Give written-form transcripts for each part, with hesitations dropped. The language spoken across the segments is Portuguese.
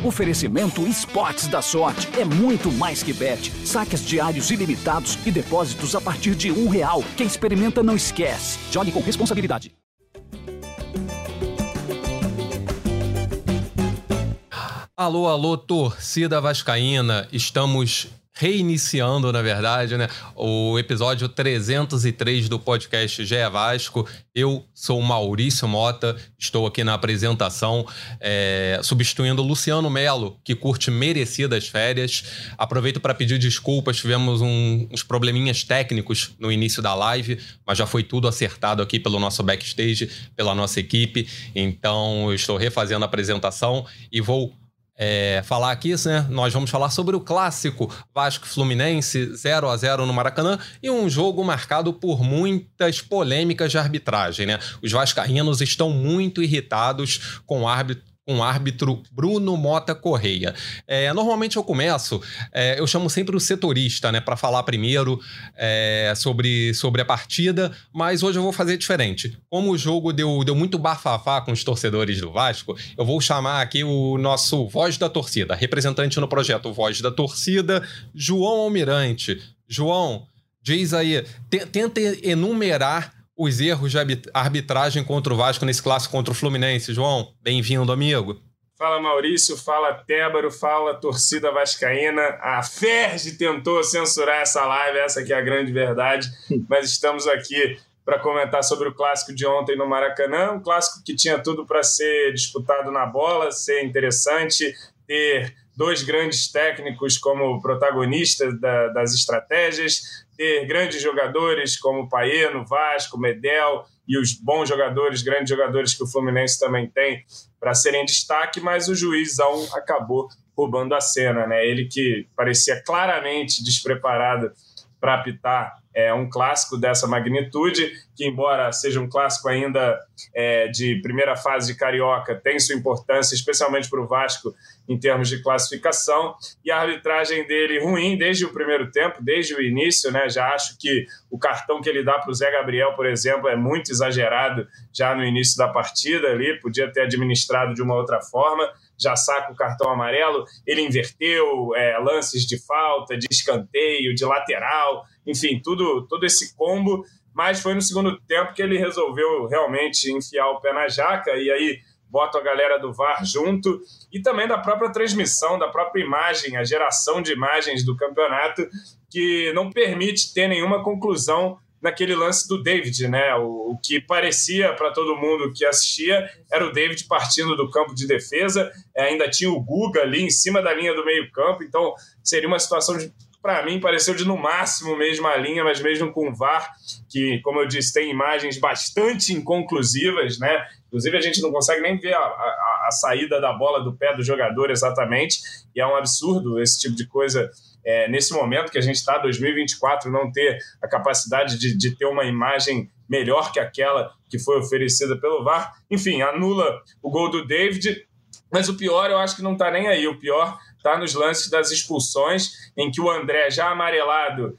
Oferecimento Esportes da Sorte. É muito mais que bet. Saques diários ilimitados e depósitos a partir de R$1. Quem experimenta não esquece. Jogue com responsabilidade. Alô, alô, torcida vascaína. Estamos reiniciando, na verdade, né? O episódio 303 do podcast GE Vasco. Eu sou o Maurício Mota, estou aqui na apresentação, substituindo o Luciano Melo, que curte merecidas férias. Aproveito para pedir desculpas, tivemos uns probleminhas técnicos no início da live, mas já foi tudo acertado aqui pelo nosso backstage, pela nossa equipe. Então, eu estou refazendo a apresentação e vou falar aqui, né? Nós vamos falar sobre o clássico Vasco Fluminense 0-0 no Maracanã e um jogo marcado por muitas polêmicas de arbitragem, né? Os vascaínos estão muito irritados com o árbitro Bruno Mota Correia. Normalmente eu começo, eu chamo sempre o setorista, né, para falar primeiro sobre a partida, mas hoje eu vou fazer diferente. Como o jogo deu muito bafafá com os torcedores do Vasco, eu vou chamar aqui o nosso voz da torcida, representante no projeto Voz da Torcida, João Almirante. João, diz aí, tenta enumerar os erros de arbitragem contra o Vasco nesse clássico contra o Fluminense. João, bem-vindo, amigo. Fala, Maurício. Fala, Tébaro. Fala, torcida vascaína. A Ferge tentou censurar essa live, essa que é a grande verdade, mas estamos aqui para comentar sobre o clássico de ontem no Maracanã, um clássico que tinha tudo para ser disputado na bola, ser interessante, ter dois grandes técnicos como protagonistas das estratégias, ter grandes jogadores como Payet no Vasco, Medel e os bons jogadores, grandes jogadores que o Fluminense também tem para serem destaque, mas o juizão acabou roubando a cena, né? Ele que parecia claramente despreparado para apitar um clássico dessa magnitude, que embora seja um clássico ainda de primeira fase de Carioca, tem sua importância, especialmente para o Vasco em termos de classificação, e a arbitragem dele ruim desde o primeiro tempo, desde o início, né? Já acho que o cartão que ele dá para o Zé Gabriel, por exemplo, é muito exagerado já no início da partida ali, podia ter administrado de uma outra forma, já saca o cartão amarelo, ele inverteu lances de falta, de escanteio, de lateral, enfim, todo esse combo, mas foi no segundo tempo que ele resolveu realmente enfiar o pé na jaca, e aí bota a galera do VAR junto, e também da própria transmissão, da própria imagem, a geração de imagens do campeonato, que não permite ter nenhuma conclusão naquele lance do David, né? O que parecia para todo mundo que assistia era o David partindo do campo de defesa, ainda tinha o Guga ali em cima da linha do meio campo, então seria uma situação para mim, pareceu de no máximo mesmo a linha, mas mesmo com o VAR, que, como eu disse, tem imagens bastante inconclusivas, né? Inclusive, a gente não consegue nem ver a saída da bola do pé do jogador exatamente, e é um absurdo esse tipo de coisa nesse momento que a gente está, 2024, não ter a capacidade de ter uma imagem melhor que aquela que foi oferecida pelo VAR. Enfim, anula o gol do David, mas o pior eu acho que não está nem aí, o pior está nos lances das expulsões, em que o André, já amarelado,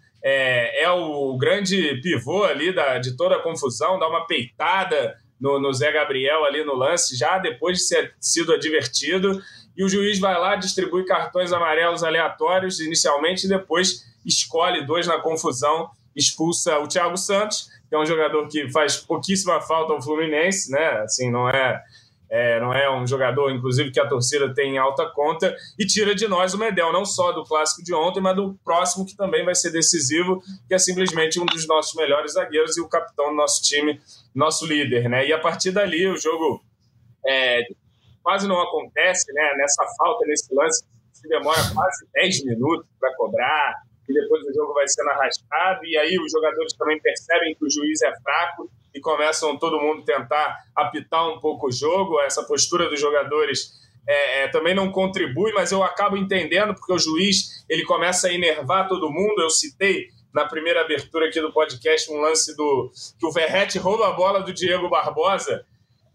é o grande pivô ali de toda a confusão, dá uma peitada no Zé Gabriel ali no lance, já depois de ter sido advertido, e o juiz vai lá, distribui cartões amarelos aleatórios inicialmente, e depois escolhe dois na confusão, expulsa o Thiago Santos, que é um jogador que faz pouquíssima falta ao Fluminense, né? Assim, não é um jogador, inclusive, que a torcida tem em alta conta, e tira de nós o Medel, não só do clássico de ontem, mas do próximo, que também vai ser decisivo, que é simplesmente um dos nossos melhores zagueiros e o capitão do nosso time, nosso líder, né? E a partir dali o jogo quase não acontece, né? Nessa falta, nesse lance, se demora quase 10 minutos para cobrar, e depois o jogo vai sendo arrastado, e aí os jogadores também percebem que o juiz é fraco, e começam todo mundo tentar apitar um pouco o jogo. Essa postura dos jogadores também não contribui, mas eu acabo entendendo, porque o juiz ele começa a enervar todo mundo. Eu citei na primeira abertura aqui do podcast um lance que o Verratti rouba a bola do Diogo Barbosa,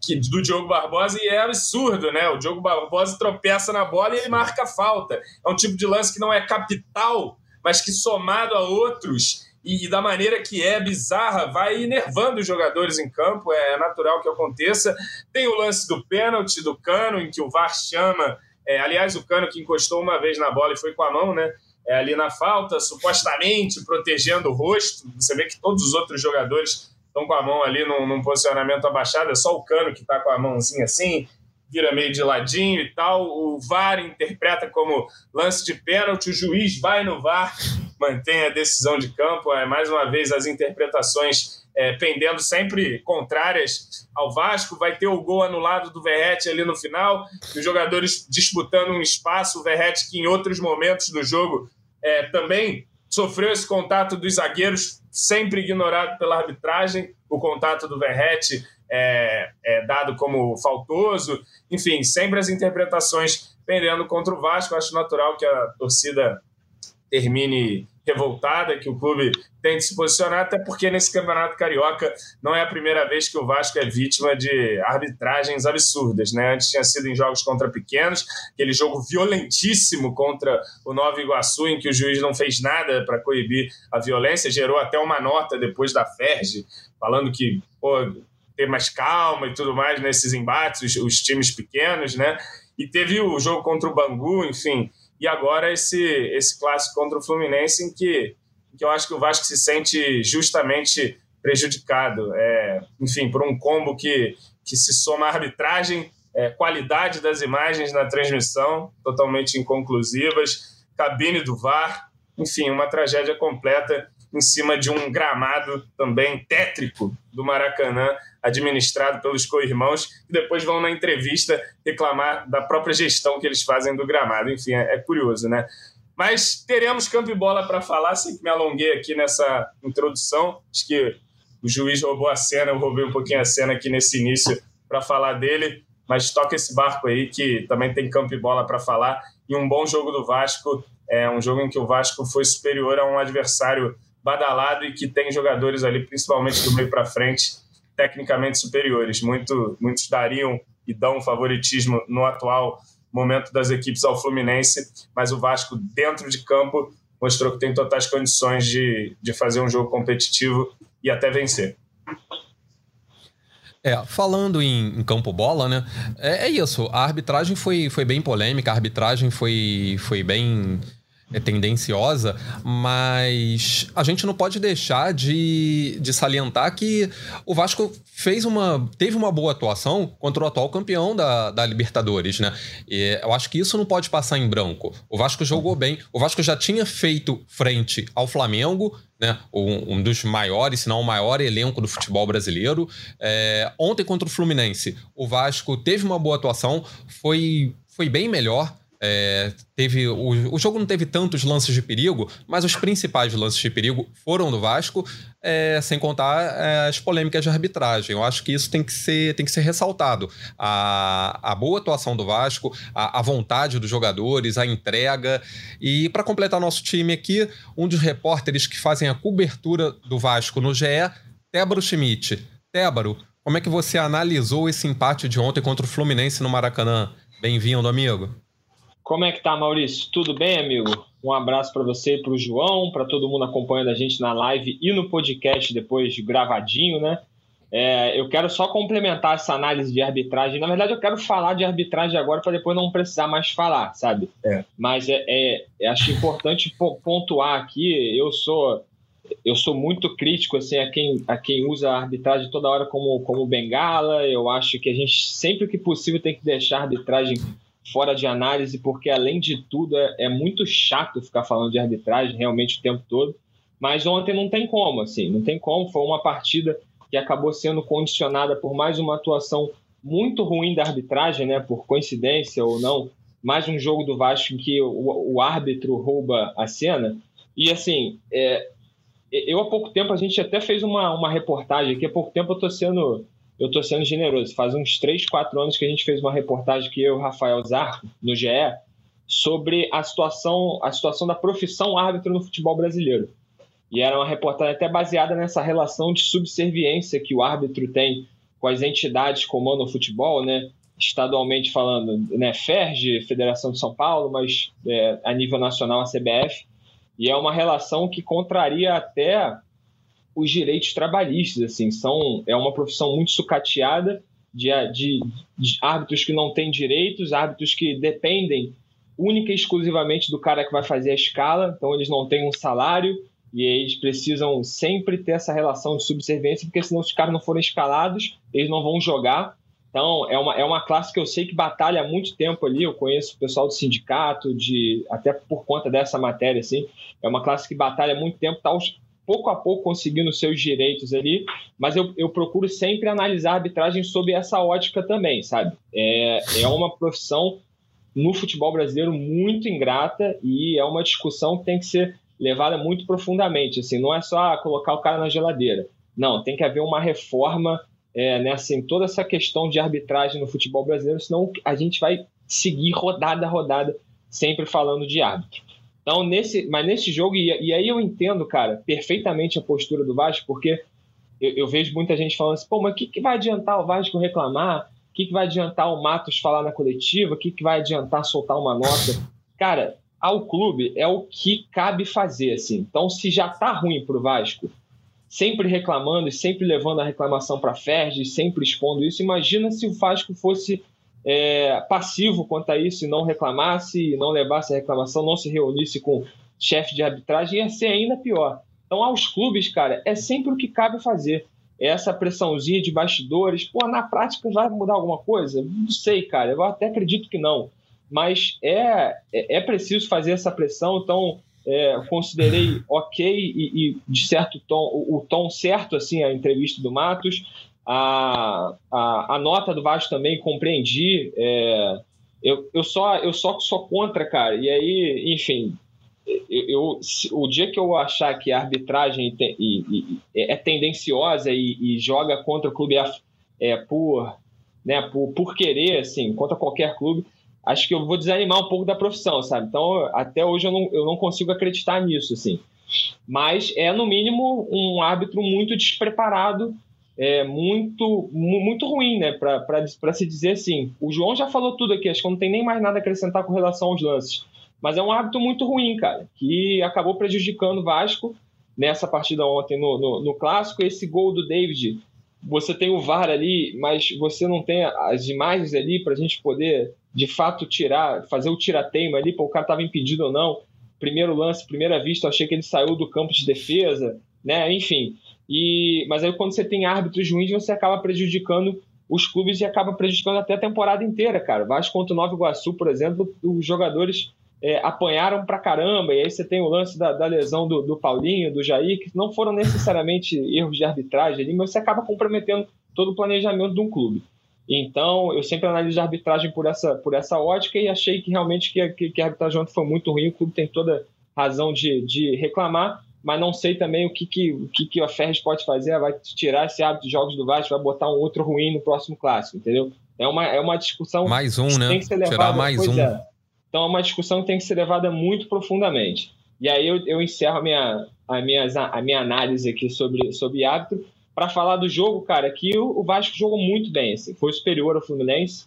e é absurdo, né? O Diogo Barbosa tropeça na bola e ele marca a falta. É um tipo de lance que não é capital, mas que somado a outros e da maneira que é bizarra, vai enervando os jogadores em campo, é natural que aconteça. Tem o lance do pênalti do Cano, em que o VAR chama Aliás, o Cano que encostou uma vez na bola e foi com a mão, né? Ali na falta, supostamente protegendo o rosto. Você vê que todos os outros jogadores estão com a mão ali num posicionamento abaixado, é só o Cano que está com a mãozinha assim, vira meio de ladinho e tal. O VAR interpreta como lance de pênalti, o juiz vai no VAR, mantém a decisão de campo. Mais uma vez, as interpretações pendendo sempre contrárias ao Vasco. Vai ter o gol anulado do Verratti ali no final, os jogadores disputando um espaço. O Verratti, que em outros momentos do jogo também sofreu esse contato dos zagueiros, sempre ignorado pela arbitragem. O contato do Verratti é dado como faltoso. Enfim, sempre as interpretações pendendo contra o Vasco. Acho natural que a torcida termine revoltada, que o clube tente se posicionar, até porque nesse Campeonato Carioca não é a primeira vez que o Vasco é vítima de arbitragens absurdas, né? Antes tinha sido em jogos contra pequenos, aquele jogo violentíssimo contra o Nova Iguaçu, em que o juiz não fez nada para coibir a violência, gerou até uma nota depois da FERJ, falando que ter mais calma e tudo mais nesses embates, os times pequenos, né? E teve o jogo contra o Bangu, enfim. E agora esse clássico contra o Fluminense, em que eu acho que o Vasco se sente justamente prejudicado. Enfim, por um combo que se soma à arbitragem, qualidade das imagens na transmissão, totalmente inconclusivas, cabine do VAR, enfim, uma tragédia completa em cima de um gramado também tétrico do Maracanã, administrado pelos co-irmãos, que depois vão na entrevista reclamar da própria gestão que eles fazem do gramado. Enfim, é curioso, né? Mas teremos campo e bola para falar. Sempre me alonguei aqui nessa introdução. Acho que o juiz roubou a cena, eu roubei um pouquinho a cena aqui nesse início para falar dele, mas toca esse barco aí que também tem campo e bola para falar. E um bom jogo do Vasco, um jogo em que o Vasco foi superior a um adversário badalado e que tem jogadores ali, principalmente do meio para frente, tecnicamente superiores. Muitos dariam e dão favoritismo no atual momento das equipes ao Fluminense, mas o Vasco, dentro de campo, mostrou que tem totais condições de fazer um jogo competitivo e até vencer. Falando em campo bola, né? É isso, a arbitragem foi bem polêmica, a arbitragem foi bem tendenciosa, mas a gente não pode deixar de salientar que o Vasco teve uma boa atuação contra o atual campeão da Libertadores, né? E eu acho que isso não pode passar em branco. O Vasco jogou bem, o Vasco já tinha feito frente ao Flamengo, né? Um dos maiores, se não o maior elenco do futebol brasileiro. Ontem contra o Fluminense, o Vasco teve uma boa atuação, foi bem melhor. O jogo não teve tantos lances de perigo, mas os principais lances de perigo foram do Vasco, sem contar as polêmicas de arbitragem. Eu acho que isso tem que ser ressaltado. A boa atuação do Vasco, a vontade dos jogadores, a entrega. E para completar nosso time aqui, um dos repórteres que fazem a cobertura do Vasco no GE, Tébaro Schmidt. Tébaro, como é que você analisou esse empate de ontem contra o Fluminense no Maracanã? Bem-vindo, amigo. Como é que tá, Maurício? Tudo bem, amigo? Um abraço para você e para o João, para todo mundo acompanhando a gente na live e no podcast depois gravadinho, né? Eu quero só complementar essa análise de arbitragem. Na verdade, eu quero falar de arbitragem agora para depois não precisar mais falar, sabe? Mas acho importante pontuar aqui, eu sou muito crítico assim, a quem usa a arbitragem toda hora como bengala. Eu acho que a gente, sempre que possível, tem que deixar a arbitragem fora de análise, porque, além de tudo, é muito chato ficar falando de arbitragem realmente o tempo todo. Mas ontem não tem como, assim, não tem como. Foi uma partida que acabou sendo condicionada por mais uma atuação muito ruim da arbitragem, né? Por coincidência ou não, mais um jogo do Vasco em que o árbitro rouba a cena. E, assim, há pouco tempo, a gente até fez uma reportagem aqui. Há pouco tempo eu tô sendo generoso. Faz uns 3, 4 anos que a gente fez uma reportagem, que eu e o Rafael Zarco, no GE, sobre a situação da profissão árbitro no futebol brasileiro. E era uma reportagem até baseada nessa relação de subserviência que o árbitro tem com as entidades que comandam o futebol, né? Estadualmente falando, né? FERJ, Federação de São Paulo, mas a nível nacional a CBF. E é uma relação que contraria até os direitos trabalhistas, assim. É uma profissão muito sucateada, de árbitros que não têm direitos, árbitros que dependem única e exclusivamente do cara que vai fazer a escala, então eles não têm um salário e eles precisam sempre ter essa relação de subserviência, porque senão se os caras não forem escalados, eles não vão jogar. Então é uma classe que eu sei que batalha há muito tempo ali, eu conheço o pessoal do sindicato, até por conta dessa matéria, assim, é uma classe que batalha há muito tempo, tá pouco a pouco conseguindo seus direitos ali, mas eu procuro sempre analisar a arbitragem sob essa ótica também, sabe? É uma profissão no futebol brasileiro muito ingrata e é uma discussão que tem que ser levada muito profundamente, assim, não é só colocar o cara na geladeira, não, tem que haver uma reforma em toda essa questão de arbitragem no futebol brasileiro, senão a gente vai seguir rodada a rodada sempre falando de árbitro. Então, nesse jogo, e aí eu entendo, cara, perfeitamente a postura do Vasco, porque eu vejo muita gente falando assim, pô, mas o que vai adiantar o Vasco reclamar? O que vai adiantar o Matos falar na coletiva? O que vai adiantar soltar uma nota? Cara, ao clube é o que cabe fazer, assim. Então, se já tá ruim pro Vasco, sempre reclamando e sempre levando a reclamação para a FERJ, sempre expondo isso, imagina se o Vasco fosse passivo quanto a isso e não reclamasse, não levasse a reclamação, não se reunisse com chefe de arbitragem, ia ser ainda pior. Então, aos clubes, cara, é sempre o que cabe fazer. Essa pressãozinha de bastidores, pô, na prática vai mudar alguma coisa? Não sei, cara, eu até acredito que não. Mas é preciso fazer essa pressão, então considerei ok e de certo tom, o tom certo, assim, a entrevista do Matos, a nota do Vasco também compreendi, eu só contra, cara, e aí, enfim, o dia que eu achar que a arbitragem é tendenciosa e joga contra o clube por querer, assim, contra qualquer clube, acho que eu vou desanimar um pouco da profissão, sabe? Então, até hoje eu não consigo acreditar nisso, assim. Mas no mínimo, um árbitro muito despreparado, muito, muito ruim, né? Para se dizer assim. O João já falou tudo aqui, acho que não tem nem mais nada a acrescentar com relação aos lances. Mas é um árbitro muito ruim, cara, que acabou prejudicando o Vasco nessa partida ontem no Clássico. Esse gol do David, você tem o VAR ali, mas você não tem as imagens ali para a gente poder, de fato, fazer o tirateima ali, para o cara estava impedido ou não. Primeiro lance, primeira vista, eu achei que ele saiu do campo de defesa, né? Enfim. Mas aí quando você tem árbitros ruins, você acaba prejudicando os clubes e acaba prejudicando até a temporada inteira, cara. Vasco contra o Nova Iguaçu, por exemplo, os jogadores apanharam pra caramba, e aí você tem o lance da lesão do Paulinho, do Jair, que não foram necessariamente erros de arbitragem ali, mas você acaba comprometendo todo o planejamento de um clube. Então, eu sempre analiso a arbitragem por essa ótica e achei que realmente que a arbitragem ontem foi muito ruim, o clube tem toda razão de reclamar, mas não sei também o que a FERJ pode fazer, vai tirar esse hábito de jogos do Vasco, vai botar um outro ruim no próximo clássico, entendeu? É uma discussão mais um, que né? Tem que ser levada, tirar mais um. Então é uma discussão que tem que ser levada muito profundamente. E aí eu encerro a minha análise aqui sobre árbitro para falar do jogo, cara, que o Vasco jogou muito bem, assim, foi superior ao Fluminense.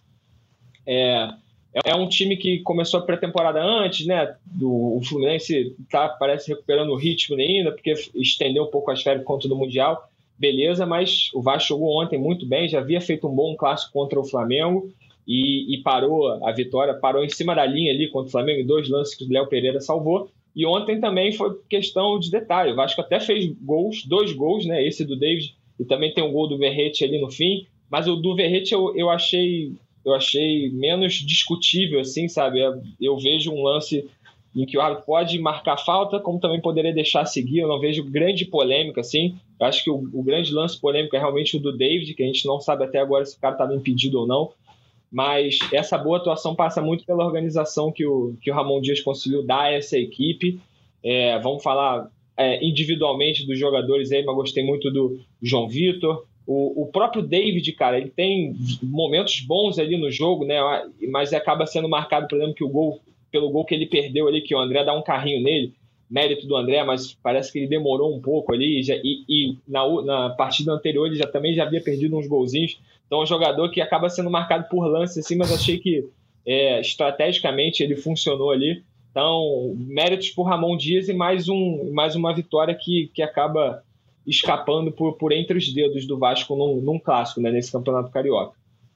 É um time que começou a pré-temporada antes, né? O Fluminense parece recuperando o ritmo ainda, porque estendeu um pouco as férias contra o Mundial, beleza, mas o Vasco jogou ontem muito bem, já havia feito um bom clássico contra o Flamengo e parou a vitória, parou em cima da linha ali contra o Flamengo em 2 lances que o Léo Pereira salvou. E ontem também foi questão de detalhe, o Vasco até fez 2 gols, né? Esse do David, e também tem um gol do Verrete ali no fim, mas o do Verrete eu achei menos discutível, assim, sabe? Eu vejo um lance em que o árbitro pode marcar falta, como também poderia deixar seguir, eu não vejo grande polêmica, assim. Eu acho que o grande lance polêmico é realmente o do David, que a gente não sabe até agora se o cara estava impedido ou não, mas essa boa atuação passa muito pela organização que o Ramon Dias conseguiu dar a essa equipe. Vamos falar individualmente dos jogadores aí, mas gostei muito do João Vitor. O próprio David, cara, ele tem momentos bons ali no jogo, né? Mas acaba sendo marcado, por exemplo, pelo gol que ele perdeu ali, que o André dá um carrinho nele, mérito do André, mas parece que ele demorou um pouco ali, e na partida anterior ele também já havia perdido uns golzinhos. Então é um jogador que acaba sendo marcado por lance, assim, mas achei que estrategicamente ele funcionou ali. Então, méritos por Ramon Dias e mais uma vitória que acaba escapando por entre os dedos do Vasco num clássico, né, nesse Campeonato Carioca.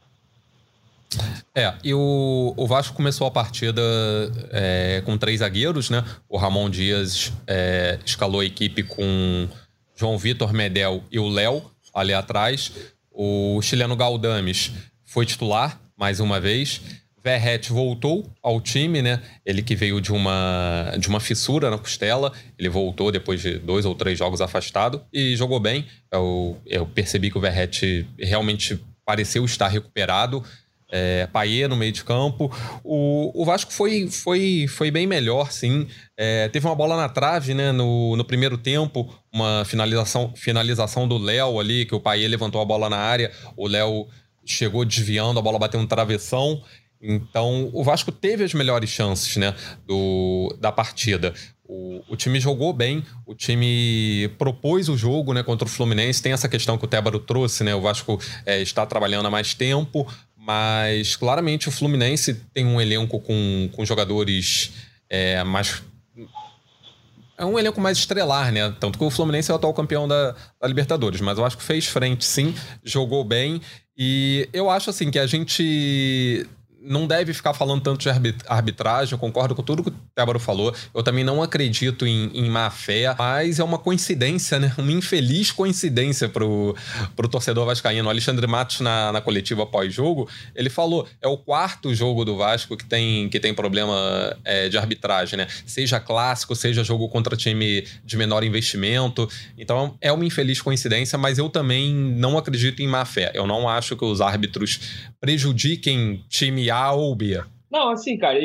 E o Vasco começou a partida com 3 zagueiros, né? O Ramon Dias escalou a equipe com João Vitor, Medel e o Léo ali atrás. O chileno Galdames foi titular mais uma vez. Verratti voltou ao time, né? Ele que veio de uma fissura na costela. Ele voltou depois de 2 ou 3 jogos afastado e jogou bem. Eu percebi que o Verratti realmente pareceu estar recuperado. Payet no meio de campo. O Vasco foi bem melhor, sim. Teve uma bola na trave, né, no primeiro tempo, uma finalização do Léo ali, que o Payet levantou a bola na área, o Léo chegou desviando, a bola bateu no travessão. Então o Vasco teve as melhores chances, né, da partida. O time jogou bem, o time propôs o jogo, né, contra o Fluminense. Tem essa questão que o Tébaro trouxe, né, o Vasco está trabalhando há mais tempo, mas claramente o Fluminense tem um elenco com jogadores mais... É um elenco mais estrelar, né? Tanto que o Fluminense é o atual campeão da Libertadores, mas eu acho que fez frente, sim, jogou bem. E eu acho, assim, que a gente não deve ficar falando tanto de arbitragem. Eu concordo com tudo que o Tébaro falou. Eu também não acredito em má fé, mas é uma coincidência, né? Uma infeliz coincidência pro torcedor vascaíno. O Alexandre Matos, na coletiva pós-jogo, ele falou, é o 4º jogo do Vasco que tem problema de arbitragem, né? Seja clássico, seja jogo contra time de menor investimento. Então é uma infeliz coincidência, mas eu também não acredito em má fé. Eu não acho que os árbitros prejudiquem time A ou B. Não, assim, cara,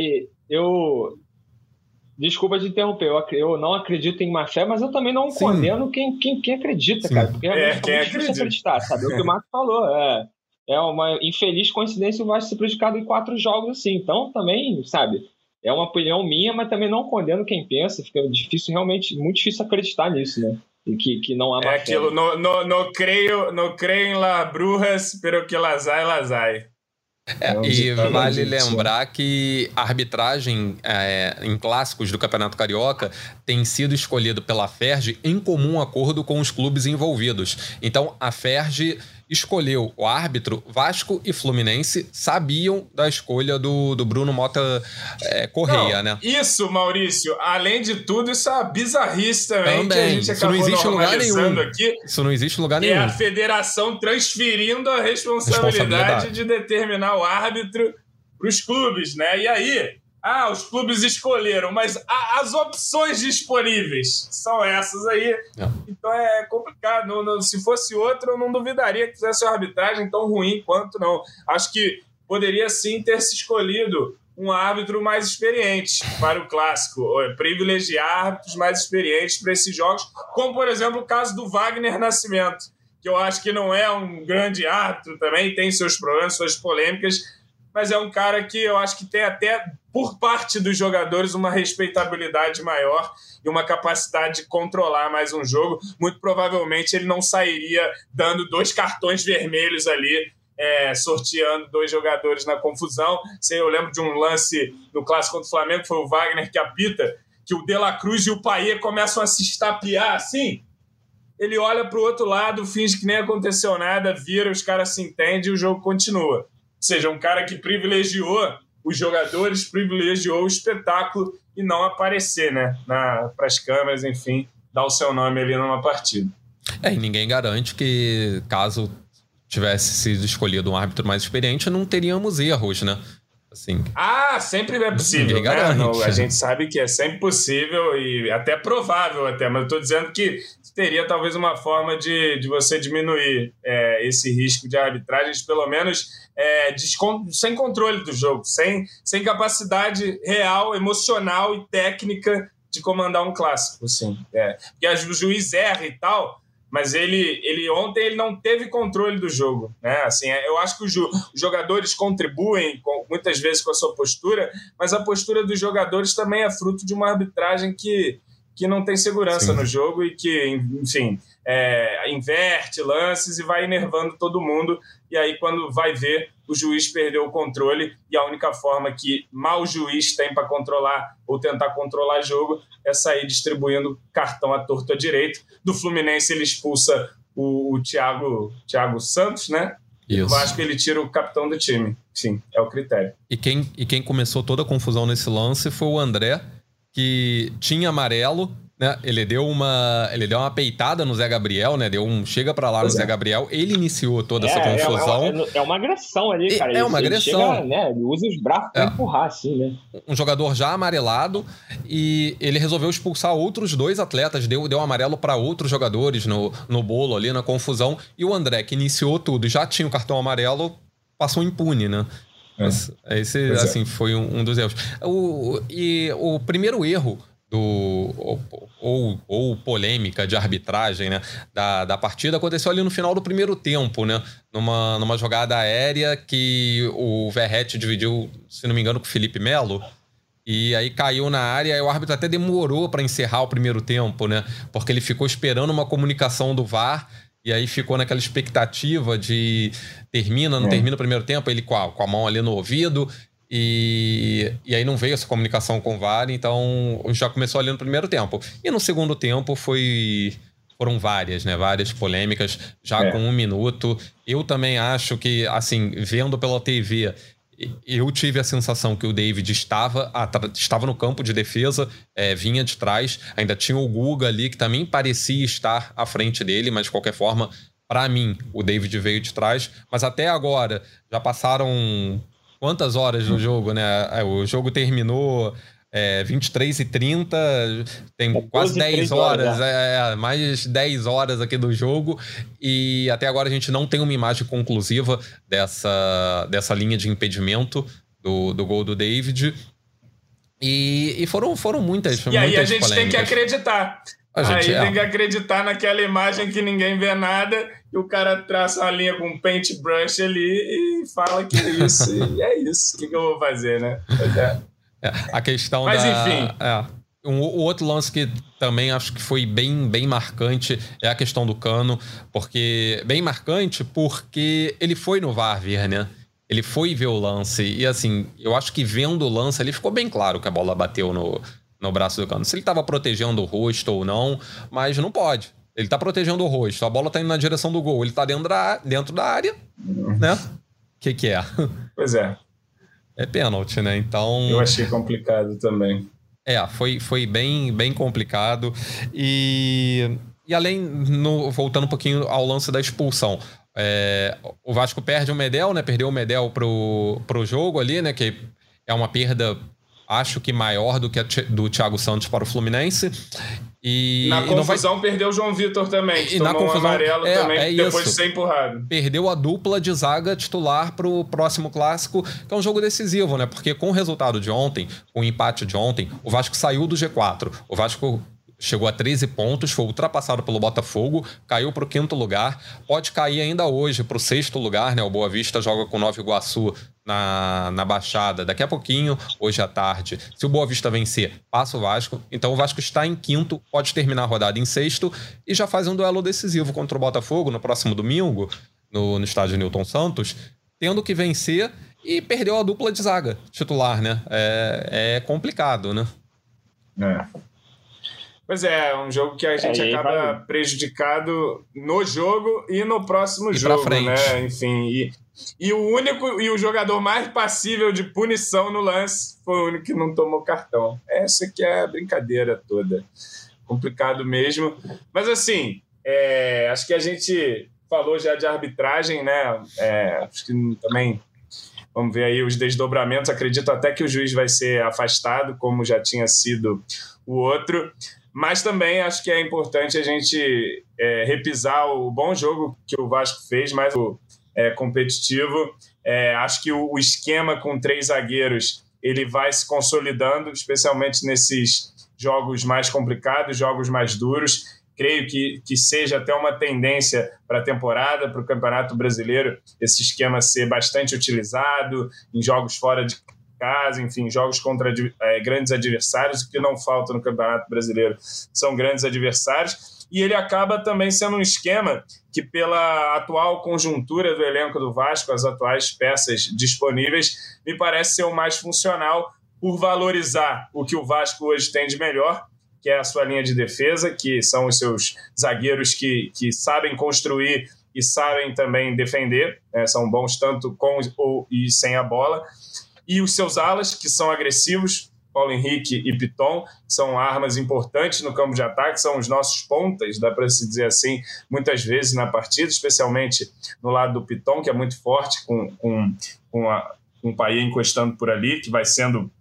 desculpa te interromper, eu não acredito em má fé, mas eu também não condeno quem acredita, sim, cara, porque realmente é difícil acreditar, sabe? É o que o Marco falou, é uma infeliz coincidência o Vasco ser prejudicado em 4 jogos assim, então também, sabe, é uma opinião minha, mas também não condeno quem pensa, fica difícil, realmente, muito difícil acreditar nisso, né? Que não há má fé. Aquilo, no creio em la brujas, pero que las hay. E vale lembrar que a arbitragem em clássicos do Campeonato Carioca tem sido escolhido pela FERJ em comum acordo com os clubes envolvidos. Então, a FERJ escolheu o árbitro. Vasco e Fluminense sabiam da escolha do Bruno Mota Correia, né? Isso, Maurício, além de tudo, isso é uma bizarrice também. Que a gente acabou normalizando aqui. Isso não existe em lugar nenhum. É a federação transferindo a responsabilidade de determinar o árbitro para os clubes, né? E aí, os clubes escolheram, mas as opções disponíveis são essas aí. Então é complicado. Se fosse outro, eu não duvidaria que fizesse uma arbitragem tão ruim quanto não. Acho que poderia sim ter se escolhido um árbitro mais experiente para o clássico, privilegiar árbitros mais experientes para esses jogos, como, por exemplo, o caso do Wagner Nascimento, que eu acho que não é um grande árbitro também, tem seus problemas, suas polêmicas, mas é um cara que eu acho que tem até, por parte dos jogadores, uma respeitabilidade maior e uma capacidade de controlar mais um jogo. Muito provavelmente ele não sairia dando 2 cartões vermelhos ali, sorteando 2 jogadores na confusão. Eu lembro de um lance no clássico contra o Flamengo, que foi o Wagner que apita, que o De La Cruz e o Payet começam a se estapear assim. Ele olha para o outro lado, finge que nem aconteceu nada, vira, os caras se entendem e o jogo continua. Ou seja, um cara que privilegiou os jogadores, privilegiou o espetáculo e não aparecer, né, para as câmeras, enfim, dar o seu nome ali numa partida. E ninguém garante que, caso tivesse sido escolhido um árbitro mais experiente, não teríamos erros, né? Assim, sempre é possível, né? A gente sabe que é sempre possível e até provável até, mas eu estou dizendo que teria talvez uma forma de você diminuir esse risco de arbitragens, pelo menos sem controle do jogo, sem capacidade real, emocional e técnica de comandar um clássico, assim. Porque o juiz erra e tal, mas ontem ele não teve controle do jogo, né? Assim, eu acho que os jogadores contribuem muitas vezes com a sua postura, mas a postura dos jogadores também é fruto de uma arbitragem que não tem segurança no jogo e que, enfim, inverte lances e vai enervando todo mundo. E aí, quando vai ver, o juiz perdeu o controle e a única forma que mau juiz tem para controlar ou tentar controlar jogo é sair distribuindo cartão à torto e à direito. Do Fluminense, ele expulsa o Thiago Santos, né? E o Vasco ele tira o capitão do time. Sim, é o critério. E quem começou toda a confusão nesse lance foi o André, que tinha amarelo, né? Ele deu uma peitada no Zé Gabriel, né? Deu um chega pra lá no Zé Gabriel. Ele iniciou toda essa confusão. É uma agressão ali, cara. É uma agressão. Chega, né? Ele usa os braços pra empurrar, assim, né? Um jogador já amarelado, e ele resolveu expulsar outros 2 atletas, deu amarelo para outros jogadores no bolo ali, na confusão. E o André, que iniciou tudo e já tinha o cartão amarelo, passou impune, né? Esse, assim, foi um dos erros. O primeiro erro ou polêmica de arbitragem, né, da partida aconteceu ali no final do primeiro tempo, né, numa jogada aérea que o Verratti dividiu, se não me engano, com o Felipe Melo, e aí caiu na área, e o árbitro até demorou para encerrar o primeiro tempo, né, porque ele ficou esperando uma comunicação do VAR, e aí ficou naquela expectativa de não termina o primeiro tempo, ele com a mão ali no ouvido. E aí não veio essa comunicação com o VAR, então já começou ali no primeiro tempo. E no segundo tempo foram várias polêmicas, já com 1 minuto. Eu também acho que, assim, vendo pela TV, eu tive a sensação que o David estava no campo de defesa, vinha de trás, ainda tinha o Guga ali, que também parecia estar à frente dele, mas de qualquer forma, para mim, o David veio de trás. Mas até agora, já passaram... Quantas horas do jogo, né? O jogo terminou 23h30, tem quase 10 horas, mais 10 horas aqui do jogo, e até agora a gente não tem uma imagem conclusiva dessa linha de impedimento do gol do David. E foram muitas. E aí a gente polêmicas. Tem que acreditar. Tem que acreditar naquela imagem que ninguém vê nada, e o cara traça uma linha com um paintbrush ali e fala que é isso. E é isso. O que eu vou fazer, né? A questão enfim. O outro lance que também acho que foi bem marcante é a questão do Cano, porque bem marcante porque ele foi no VAR ver, né? Ele foi ver o lance, e assim, eu acho que vendo o lance ali ficou bem claro que a bola bateu no braço do Cano. Se ele estava protegendo o rosto ou não, mas não pode. Ele tá protegendo o rosto, a bola tá indo na direção do gol, ele tá dentro da área, né? O que é? Pois é. É pênalti, né? Então... Eu achei complicado também. Foi bem complicado. E além, voltando um pouquinho ao lance da expulsão, o Vasco perde o Medel, né? Perdeu o Medel pro jogo ali, né? Que é uma perda... acho que maior do que a do Thiago Santos para o Fluminense. Na confusão perdeu o João Vitor também, que tomou um amarelo também, depois de ser empurrado. Perdeu a dupla de zaga titular para o próximo clássico, que é um jogo decisivo, né? Porque com o resultado de ontem, com o empate de ontem, o Vasco saiu do G4. O Vasco chegou a 13 pontos, foi ultrapassado pelo Botafogo, caiu para o 5º lugar, pode cair ainda hoje para o 6º lugar, né? O Boa Vista joga com o Nova Iguaçu na Baixada daqui a pouquinho, hoje à tarde. Se o Boa Vista vencer, passa o Vasco. Então o Vasco está em 5º, pode terminar a rodada em 6º e já faz um duelo decisivo contra o Botafogo no próximo domingo, no estádio Newton Santos, tendo que vencer, e perdeu a dupla de zaga titular, né? É complicado, né? Pois é um jogo que a gente acaba prejudicado no jogo e no próximo jogo, né? Enfim, e o jogador mais passível de punição no lance foi o único que não tomou cartão. Essa que é a brincadeira toda. Complicado mesmo. Mas assim, acho que a gente falou já de arbitragem, né? Acho que também vamos ver aí os desdobramentos. Acredito até que o juiz vai ser afastado, como já tinha sido o outro. Mas também acho que é importante a gente repisar o bom jogo que o Vasco fez, mais competitivo. Acho que o esquema com 3 zagueiros ele vai se consolidando, especialmente nesses jogos mais complicados, jogos mais duros. Creio que seja até uma tendência para a temporada, para o Campeonato Brasileiro, esse esquema ser bastante utilizado em jogos fora de casa, enfim, jogos contra grandes adversários. O que não falta no Campeonato Brasileiro são grandes adversários, e ele acaba também sendo um esquema que, pela atual conjuntura do elenco do Vasco, as atuais peças disponíveis, me parece ser o mais funcional por valorizar o que o Vasco hoje tem de melhor, que é a sua linha de defesa, que são os seus zagueiros que sabem construir e sabem também defender, são bons tanto com e sem a bola. E os seus alas, que são agressivos, Paulo Henrique e Piton, são armas importantes no campo de ataque, são os nossos pontas, dá para se dizer assim, muitas vezes na partida, especialmente no lado do Piton, que é muito forte, com o Payet encostando por ali, que vai sendo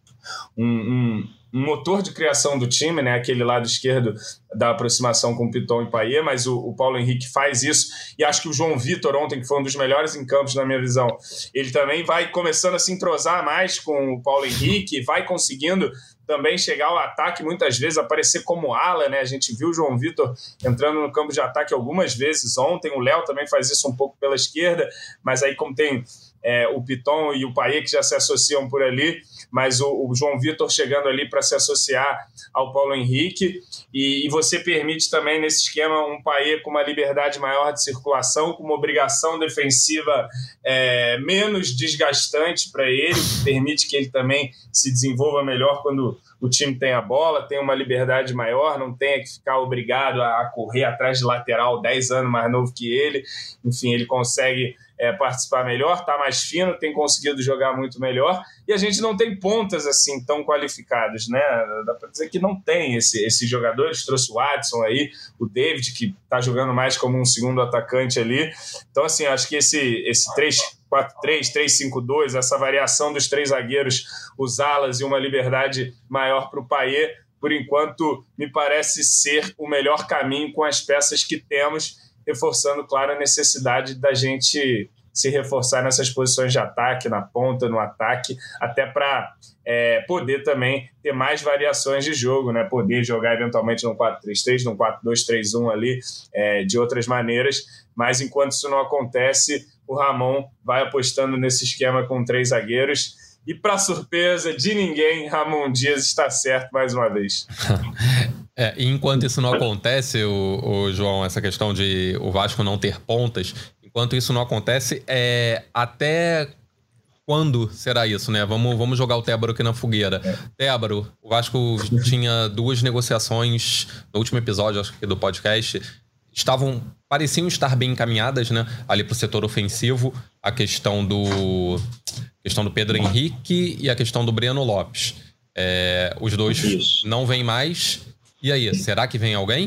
um motor de criação do time, né? Aquele lado esquerdo da aproximação com o Piton e Payet, mas o Paulo Henrique faz isso, e acho que o João Vitor ontem, que foi um dos melhores em campos na minha visão, ele também vai começando a se entrosar mais com o Paulo Henrique, vai conseguindo também chegar ao ataque, muitas vezes aparecer como ala, né? A gente viu o João Vitor entrando no campo de ataque algumas vezes ontem, o Léo também faz isso um pouco pela esquerda, mas aí como tem o Piton e o Payet que já se associam por ali, mas o João Vitor chegando ali para se associar ao Paulo Henrique, e você permite também nesse esquema um Payet com uma liberdade maior de circulação, com uma obrigação defensiva menos desgastante para ele, que permite que ele também se desenvolva melhor quando o time tem a bola, tem uma liberdade maior, não tenha que ficar obrigado a correr atrás de lateral 10 anos mais novo que ele. Enfim, ele consegue participar melhor, está mais fino, tem conseguido jogar muito melhor, e a gente não tem pontas assim tão qualificadas, né? Dá para dizer que não tem esses jogadores. Trouxe o Adson aí, o David, que está jogando mais como um segundo atacante ali. Então, assim, acho que esse 3-4-3, 3-5-2, essa variação dos três zagueiros, os alas e uma liberdade maior para o Payet, por enquanto, me parece ser o melhor caminho com as peças que temos, reforçando, claro, a necessidade da gente se reforçar nessas posições de ataque, na ponta, no ataque, até para poder também ter mais variações de jogo, né? Poder jogar eventualmente num 4-3-3, num 4-2-3-1 ali, de outras maneiras, mas enquanto isso não acontece, o Ramon vai apostando nesse esquema com 3 zagueiros, e para surpresa de ninguém, Ramon Dias está certo mais uma vez. E enquanto isso não acontece, o João, essa questão de o Vasco não ter pontas, enquanto isso não acontece, até quando será isso, né? Vamos jogar o Tébaro aqui na fogueira. Tébaro, o Vasco tinha 2 negociações no último episódio, acho que do podcast, pareciam estar bem encaminhadas, né? Ali pro setor ofensivo, a questão do Pedro Henrique e a questão do Breno Lopes. Os dois não vêm mais. E aí, será que vem alguém?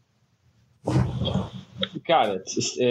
Cara,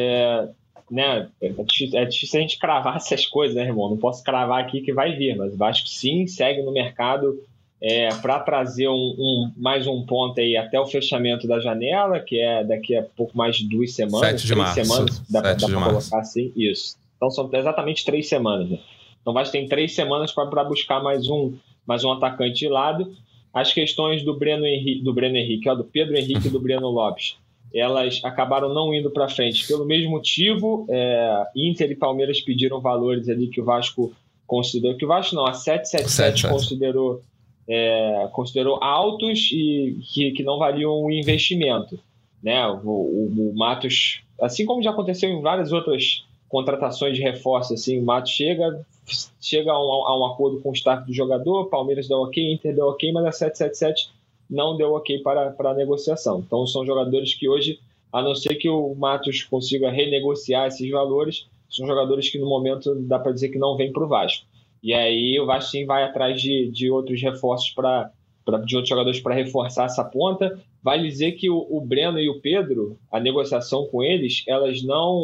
é difícil a gente cravar essas coisas, né, irmão? Não posso cravar aqui que vai vir, mas o Vasco sim segue no mercado para trazer mais um ponto aí até o fechamento da janela, que é daqui a pouco mais de 2 semanas. 7 de março. 3 semanas, dá para março. Colocar assim, isso. Então são exatamente 3 semanas, né? Então o Vasco tem 3 semanas para buscar mais um atacante de lado. As questões do Pedro Henrique, do Breno Lopes, elas acabaram não indo para frente pelo mesmo motivo. Inter e Palmeiras pediram valores ali que o Vasco considerou, que o Vasco não, a 777 considerou altos e que não valiam o investimento, né? O Matos, assim como já aconteceu em várias outras contratações de reforço, assim, o Matos chega a um acordo com o staff do jogador, Palmeiras deu ok, Inter deu ok, mas a 777 não deu ok para a negociação. Então são jogadores que hoje, a não ser que o Matos consiga renegociar esses valores, são jogadores que no momento dá para dizer que não vêm para o Vasco. E aí o Vasco sim vai atrás de outros reforços, de outros jogadores para reforçar essa ponta. Vale dizer que o Breno e o Pedro, a negociação com eles, elas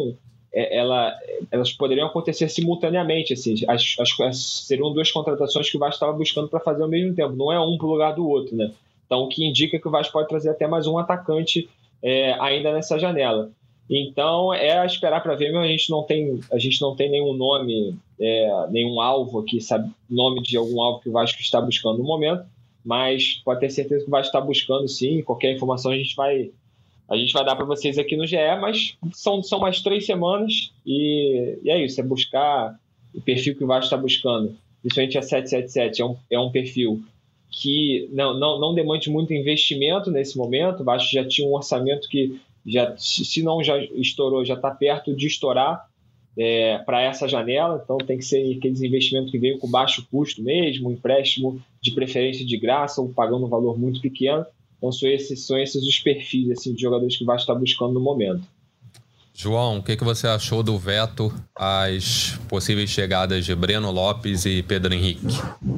poderiam acontecer simultaneamente, assim, seriam 2 contratações que o Vasco estava buscando para fazer ao mesmo tempo, não é um para o lugar do outro, né? Então, o que indica que o Vasco pode trazer até mais um atacante ainda nessa janela. Então, é a esperar para ver, mas a gente não tem nenhum nome, nenhum alvo aqui, sabe, nome de algum alvo que o Vasco está buscando no momento, mas pode ter certeza que o Vasco está buscando sim. Qualquer informação a gente vai dar para vocês aqui no GE, mas são mais 3 semanas e é isso, é buscar o perfil que o Vasco está buscando. Principalmente a 777 é um perfil que não demande muito investimento nesse momento. O Vasco já tinha um orçamento que, se não já estourou, já está perto de estourar para essa janela, então tem que ser aqueles investimentos que veio com baixo custo mesmo, um empréstimo de preferência de graça ou pagando um valor muito pequeno. Então são esses os perfis assim, de jogadores que o Vasco está buscando no momento. João, o que você achou do veto às possíveis chegadas de Breno Lopes e Pedro Henrique?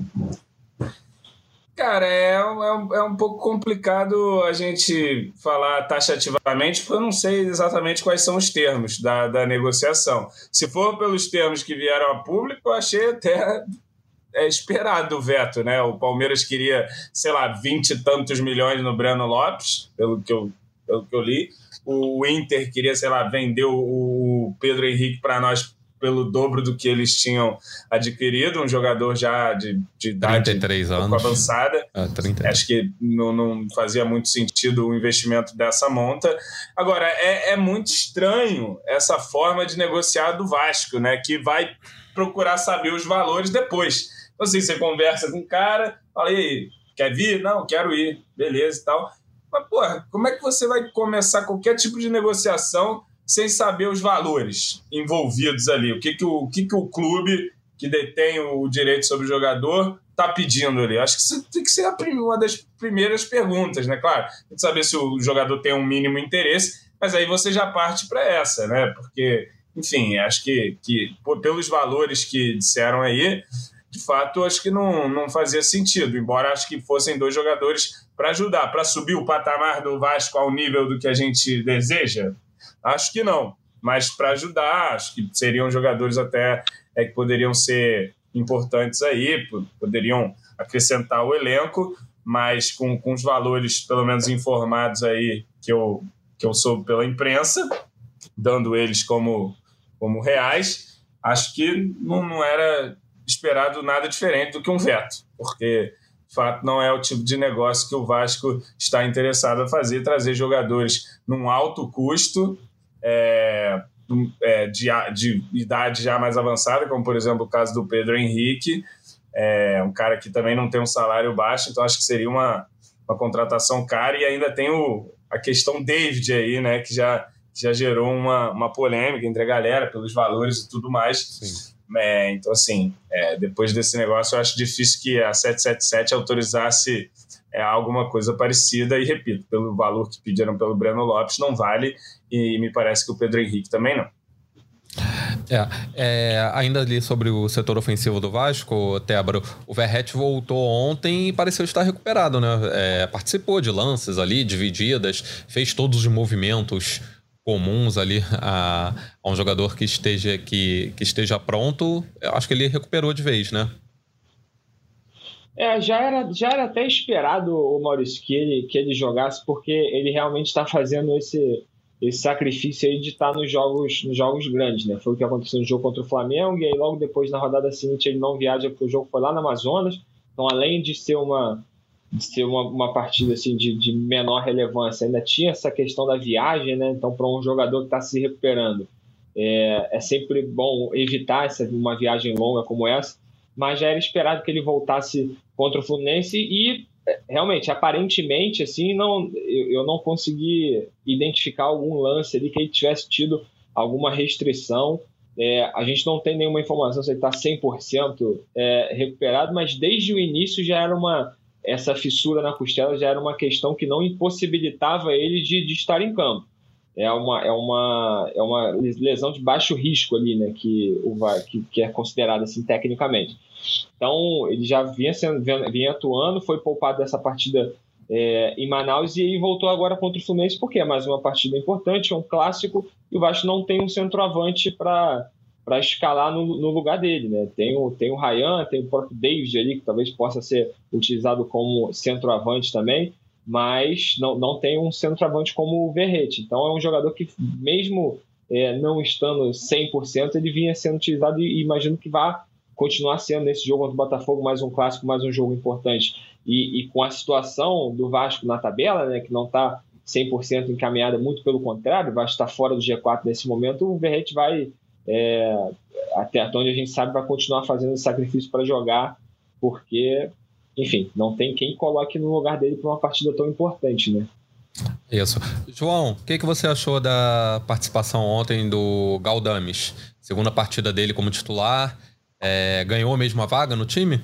Cara, é um pouco complicado a gente falar taxativamente, porque eu não sei exatamente quais são os termos da negociação. Se for pelos termos que vieram a público, eu achei até esperado o veto, né? O Palmeiras queria, sei lá, 20 e tantos milhões no Breno Lopes, pelo que eu li. O Inter queria, sei lá, vender o Pedro Henrique para nós pelo dobro do que eles tinham adquirido, um jogador já de idade 33 um pouco anos. avançada. 30. Acho que não fazia muito sentido o investimento dessa monta. Agora, é muito estranho essa forma de negociar do Vasco, né? Que vai procurar saber os valores depois. Então, assim, você conversa com o cara, fala, e aí, quer vir? Não, quero ir. Beleza e tal. Mas, porra, como é que você vai começar qualquer tipo de negociação sem saber os valores envolvidos ali? O que o clube que detém o direito sobre o jogador está pedindo ali? Acho que isso tem que ser uma das primeiras perguntas, né? Claro, tem que saber se o jogador tem um mínimo interesse, mas aí você já parte para essa, né? Porque, enfim, acho que pelos valores que disseram aí, de fato, acho que não fazia sentido, embora acho que fossem dois jogadores para ajudar, para subir o patamar do Vasco ao nível do que a gente deseja. Acho que não, mas para ajudar, acho que seriam jogadores até que poderiam ser importantes aí, poderiam acrescentar o elenco, mas com os valores pelo menos informados aí que eu soube pela imprensa, dando eles como reais, acho que não era esperado nada diferente do que um veto, porque de fato não é o tipo de negócio que o Vasco está interessado a fazer, trazer jogadores num alto custo, de idade já mais avançada, como por exemplo o caso do Pedro Henrique, um cara que também não tem um salário baixo, então acho que seria uma contratação cara, e ainda tem a questão David aí, né, que já gerou uma polêmica entre a galera pelos valores e tudo mais. Sim. Então, assim, depois desse negócio, eu acho difícil que a 777 autorizasse alguma coisa parecida, e repito, pelo valor que pediram pelo Breno Lopes, não vale, e me parece que o Pedro Henrique também não. Ainda ali sobre o setor ofensivo do Vasco, Tébaro, o Verratti voltou ontem e pareceu estar recuperado, né? Participou de lances ali, divididas, fez todos os movimentos comuns ali a um jogador que esteja pronto. Eu acho que ele recuperou de vez, né? Já era até esperado, o Maurício, que ele jogasse, porque ele realmente está fazendo esse sacrifício aí de estar nos jogos grandes, né? Foi o que aconteceu no jogo contra o Flamengo, e aí logo depois, na rodada seguinte, ele não viaja porque o jogo foi lá no Amazonas. Então, além de ser uma partida assim, de menor relevância, ainda tinha essa questão da viagem, né? Então, para um jogador que está se recuperando, é sempre bom evitar uma viagem longa como essa, mas já era esperado que ele voltasse contra o Fluminense, e realmente, aparentemente, assim, eu não consegui identificar algum lance ali que ele tivesse tido alguma restrição. A gente não tem nenhuma informação se ele está 100% recuperado, mas desde o início já era essa fissura na costela já era uma questão que não impossibilitava ele de estar em campo. É uma lesão de baixo risco ali, né, que é considerada assim tecnicamente. Então, ele já vinha atuando, foi poupado dessa partida em Manaus, e aí voltou agora contra o Fluminense, porque é mais uma partida importante, é um clássico, e o Vasco não tem um centroavante para escalar no lugar dele, né? Tem o Ryan, tem o próprio David ali, que talvez possa ser utilizado como centroavante também, mas não tem um centroavante como o Verratti. Então é um jogador que, mesmo não estando 100%, ele vinha sendo utilizado, e imagino que vai continuar sendo nesse jogo contra o Botafogo, mais um clássico, mais um jogo importante. E com a situação do Vasco na tabela, né, que não está 100% encaminhada, muito pelo contrário, o Vasco está fora do G4 nesse momento, o Verratti vai, até onde a gente sabe, vai continuar fazendo esse sacrifício para jogar, porque, enfim, não tem quem coloque no lugar dele para uma partida tão importante, né? Isso. João, o que você achou da participação ontem do Galdames? Segunda partida dele como titular, ganhou mesmo a vaga no time?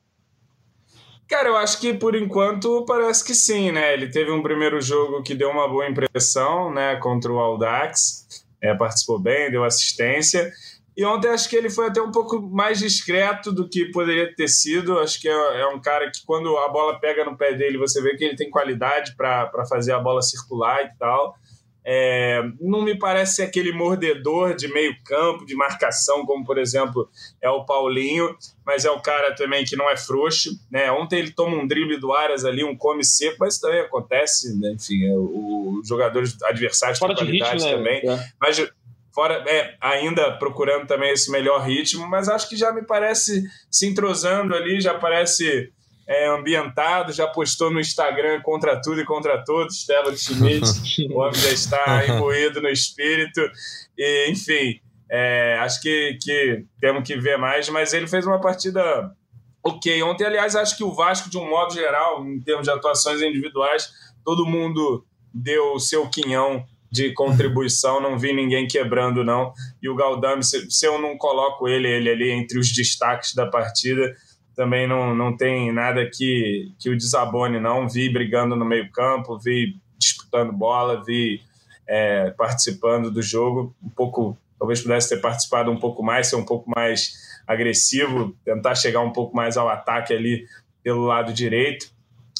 Cara, eu acho que por enquanto parece que sim, né? Ele teve um primeiro jogo que deu uma boa impressão, né, contra o Audax. participou bem, deu assistência. E ontem acho que ele foi até um pouco mais discreto do que poderia ter sido. Acho que é um cara que, quando a bola pega no pé dele, você vê que ele tem qualidade para fazer a bola circular e tal. Não me parece ser aquele mordedor de meio campo, de marcação, como, por exemplo, é o Paulinho, mas é um cara também que não é frouxo, né? Ontem ele toma um drible do Aras ali, um come seco, mas isso também acontece, né? Enfim, os jogadores adversários têm qualidade ritmo, também. Né? Mas fora, ainda procurando também esse melhor ritmo, mas acho que já me parece se entrosando ali, já parece ambientado, já postou no Instagram contra tudo e contra todos, Stefan Schmidt, o homem já está imbuído no espírito, e, enfim, acho que temos que ver mais, mas ele fez uma partida ok. Ontem, aliás, acho que o Vasco, de um modo geral, em termos de atuações individuais, todo mundo deu o seu quinhão de contribuição, não vi ninguém quebrando, não. E o Galdame, se eu não coloco ele ali entre os destaques da partida, também não tem nada que o desabone, não. Vi brigando no meio campo, vi disputando bola, vi participando do jogo. Um pouco, talvez pudesse ter participado um pouco mais, ser um pouco mais agressivo, tentar chegar um pouco mais ao ataque ali pelo lado direito.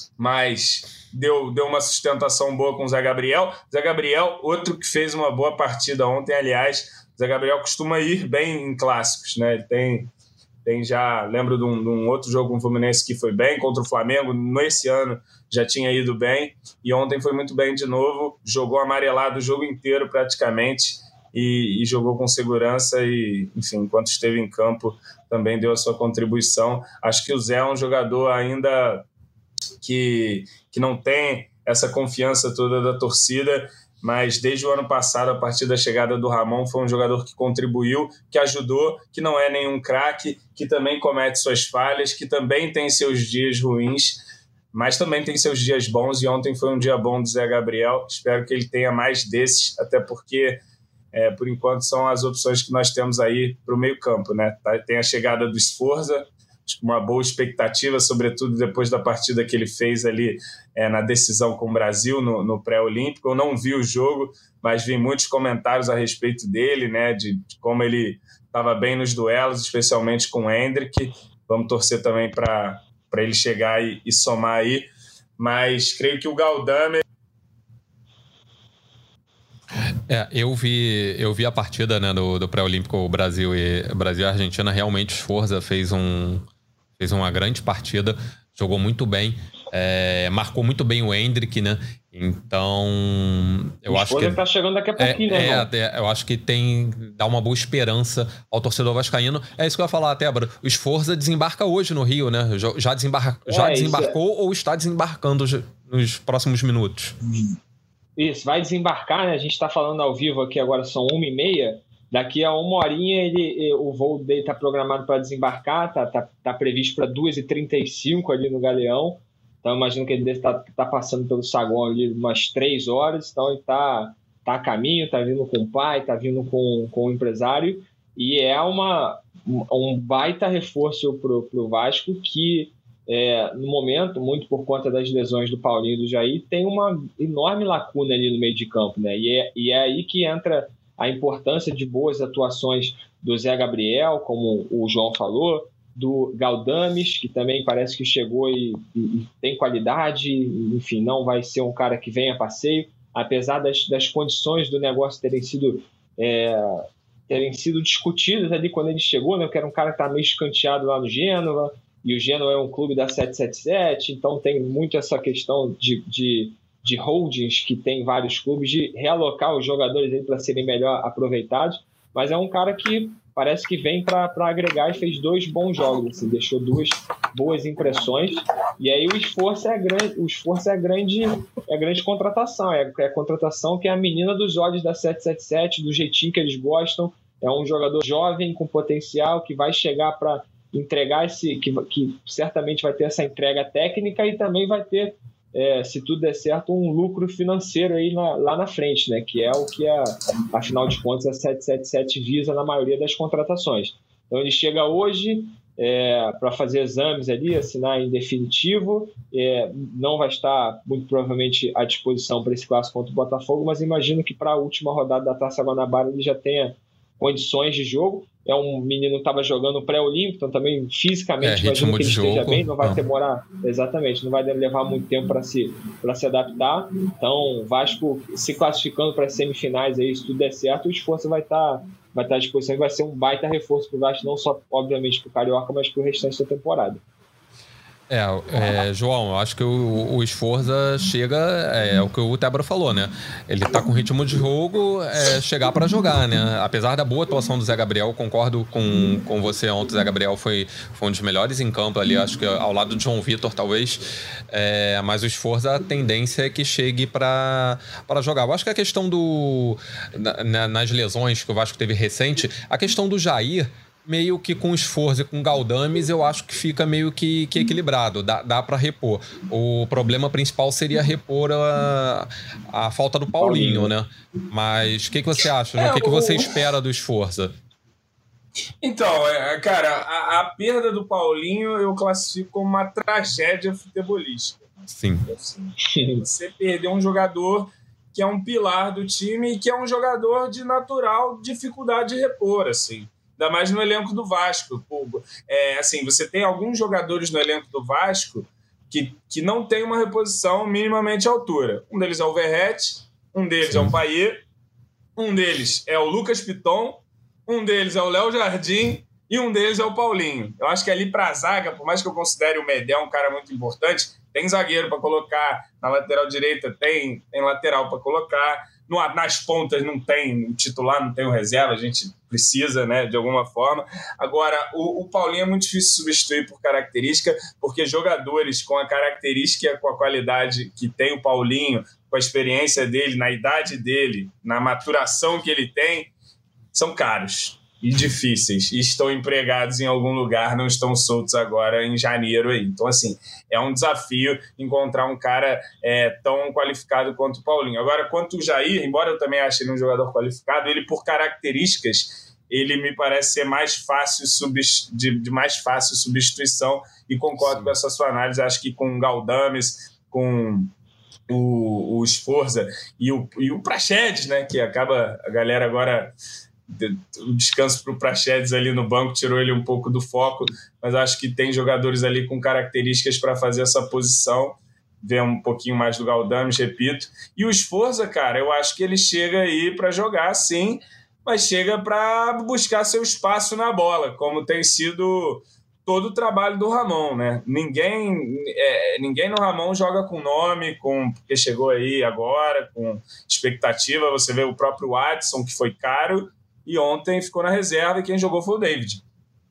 Mas deu uma sustentação boa com o Zé Gabriel. Zé Gabriel, outro que fez uma boa partida ontem, aliás. O Zé Gabriel costuma ir bem em clássicos, né? Ele tem já, lembro de um outro jogo com o Fluminense que foi bem, contra o Flamengo, nesse ano já tinha ido bem, e ontem foi muito bem de novo, jogou amarelado o jogo inteiro praticamente, e jogou com segurança, e, enfim, enquanto esteve em campo, também deu a sua contribuição. Acho que o Zé é um jogador ainda que não tem essa confiança toda da torcida, mas desde o ano passado, a partir da chegada do Ramon, foi um jogador que contribuiu, que ajudou, que não é nenhum craque, que também comete suas falhas, que também tem seus dias ruins, mas também tem seus dias bons, e ontem foi um dia bom do Zé Gabriel. Espero que ele tenha mais desses, até porque, por enquanto, são as opções que nós temos aí para o meio campo, né? Tem a chegada do Sforza, uma boa expectativa, sobretudo depois da partida que ele fez ali na decisão com o Brasil no pré-olímpico. Eu não vi o jogo, mas vi muitos comentários a respeito dele, né, de como ele estava bem nos duelos, especialmente com o Hendrick. Vamos torcer também para ele chegar e somar aí, mas creio que o Galdame... Eu vi a partida, né, do pré-olímpico Brasil e Argentina. Realmente o Sforza fez uma grande partida, jogou muito bem, marcou muito bem o Hendrick, né? Então, eu acho que... O Sforza tá chegando daqui a pouquinho, né? Eu acho que dá uma boa esperança ao torcedor vascaíno. É isso que eu ia falar, Tébora. O Sforza desembarca hoje no Rio, né? Já desembarcou ou está desembarcando nos próximos minutos? Isso, vai desembarcar, né? A gente está falando ao vivo aqui agora, são 1h30. Daqui a 1 horinha o voo dele está programado para desembarcar, tá previsto para 2h35 ali no Galeão. Então imagino que ele deve tá passando pelo saguão ali umas 3 horas. Então ele tá a caminho, está vindo com o pai, está vindo com o empresário. E é um baita reforço pro Vasco que, no momento, muito por conta das lesões do Paulinho e do Jair, tem uma enorme lacuna ali no meio de campo, né? E é aí que entra a importância de boas atuações do Zé Gabriel, como o João falou, do Galdames, que também parece que chegou e tem qualidade, enfim, não vai ser um cara que venha a passeio, apesar das condições do negócio terem sido discutidas ali quando ele chegou, né? Que era um cara que estava meio escanteado lá no Gênova, e o Gênova é um clube da 777, então tem muito essa questão de holdings que tem vários clubes, de realocar os jogadores para serem melhor aproveitados, mas é um cara que parece que vem para agregar e fez 2 bons jogos, assim, deixou 2 boas impressões, e aí o esforço é grande contratação, é a contratação que é a menina dos olhos da 777, do jeitinho que eles gostam, é um jogador jovem com potencial que vai chegar para entregar que certamente vai ter essa entrega técnica e também vai ter, se tudo der certo, um lucro financeiro aí lá na frente, né? Que é o que, afinal de contas, a 777 visa na maioria das contratações. Então ele chega hoje, para fazer exames ali, assinar em definitivo. Não vai estar, muito provavelmente, à disposição para esse clássico contra o Botafogo, mas imagino que para a última rodada da Taça Guanabara ele já tenha condições de jogo. É um menino que estava jogando pré-olímpico, então também fisicamente imagino que ele esteja bem, não vai demorar, exatamente, não vai levar muito tempo para se adaptar. Então, Vasco se classificando para as semifinais aí, se tudo der certo, o esforço vai estar à disposição e vai ser um baita reforço para o Vasco, não só, obviamente, para o Carioca, mas para o restante da temporada. João, eu acho que o Sforza chega, é o que o Tébaro falou, né? Ele tá com ritmo de jogo, chegar para jogar, né? Apesar da boa atuação do Zé Gabriel, concordo com você ontem, o Zé Gabriel foi um dos melhores em campo ali, acho que ao lado do João Vitor, talvez, mas o Sforza, a tendência é que chegue para jogar. Eu acho que a questão nas lesões que o Vasco teve recente, a questão do Jair, meio que com o Sforza e com o Galdames, eu acho que fica meio que equilibrado, dá para repor. O problema principal seria repor a falta do Paulinho, né? Mas o que você acha, João? O que você espera do Sforza? Então, cara, a perda do Paulinho eu classifico como uma tragédia futebolística. Sim. Assim, você perdeu um jogador que é um pilar do time e que é um jogador de natural dificuldade de repor, assim. Ainda mais no elenco do Vasco. Assim, você tem alguns jogadores no elenco do Vasco que não tem uma reposição minimamente à altura. Um deles é o Verratti, um deles é o Payet, um deles é o Lucas Piton, um deles é o Léo Jardim e um deles é o Paulinho. Eu acho que ali para a zaga, por mais que eu considere o Medel um cara muito importante, tem zagueiro para colocar, na lateral direita tem lateral para colocar, nas pontas não tem o titular, não tem o reserva, a gente precisa, né, de alguma forma. Agora, o Paulinho é muito difícil de substituir por característica, porque jogadores com a característica, com a qualidade que tem o Paulinho, com a experiência dele, na idade dele, na maturação que ele tem, são caros e difíceis, e estão empregados em algum lugar, não estão soltos agora em janeiro aí. Então, assim, é um desafio encontrar um cara tão qualificado quanto o Paulinho. Agora, quanto o Jair, embora eu também ache ele um jogador qualificado, ele, por características, ele me parece ser mais fácil de mais fácil substituição, e concordo com essa sua análise. Acho que com o Galdames, com o Sforza e o Praxedes, né, que acaba a galera agora... O descanso para o Praxedes ali no banco tirou ele um pouco do foco, mas acho que tem jogadores ali com características para fazer essa posição. Ver um pouquinho mais do Galdames, repito. E o Sforza, cara, eu acho que ele chega aí para jogar, sim, mas chega para buscar seu espaço na bola, como tem sido todo o trabalho do Ramon, né? Ninguém no Ramon joga com nome, porque chegou aí agora, com expectativa. Você vê o próprio Watson, que foi caro, e ontem ficou na reserva, e quem jogou foi o David.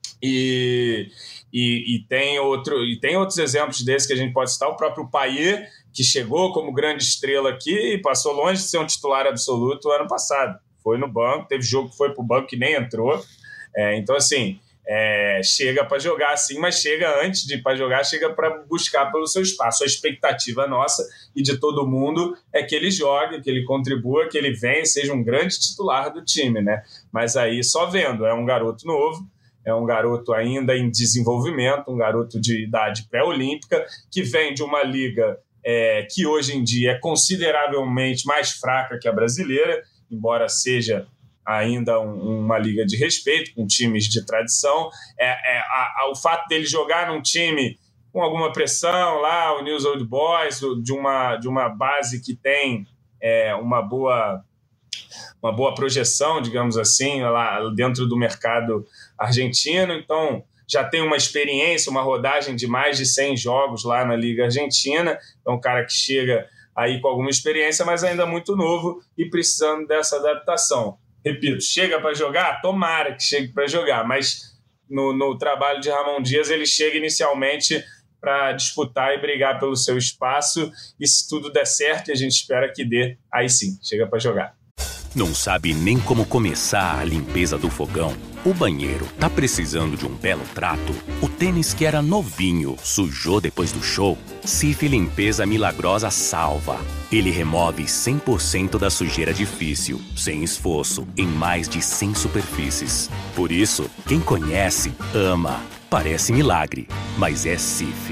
E tem outros exemplos desses que a gente pode citar. O próprio Payet, que chegou como grande estrela aqui e passou longe de ser um titular absoluto ano passado. Foi no banco, teve jogo que foi pro banco que nem entrou. Então, assim, chega para jogar sim, mas chega antes de para jogar, chega para buscar pelo seu espaço. A expectativa nossa e de todo mundo é que ele jogue, que ele contribua, que ele venha e seja um grande titular do time, né? Mas aí só vendo, é um garoto novo, é um garoto ainda em desenvolvimento, um garoto de idade pré-olímpica, que vem de uma liga que hoje em dia é consideravelmente mais fraca que a brasileira, embora seja ainda uma liga de respeito, com times de tradição. O fato dele jogar num time com alguma pressão lá, o News Old Boys, de uma base que tem uma boa projeção, digamos assim, lá dentro do mercado argentino. Então, já tem uma experiência, uma rodagem de mais de 100 jogos lá na Liga Argentina. Então, um cara que chega aí com alguma experiência, mas ainda muito novo e precisando dessa adaptação. Repito, chega para jogar? Tomara que chegue para jogar, mas no trabalho de Ramon Dias ele chega inicialmente para disputar e brigar pelo seu espaço, e se tudo der certo, e a gente espera que dê, aí sim, chega para jogar. Não sabe nem como começar a limpeza do fogão? O banheiro tá precisando de um belo trato? O tênis que era novinho sujou depois do show? Cif Limpeza Milagrosa salva. Ele remove 100% da sujeira difícil, sem esforço, em mais de 100 superfícies. Por isso, quem conhece, ama. Parece milagre, mas é CIF.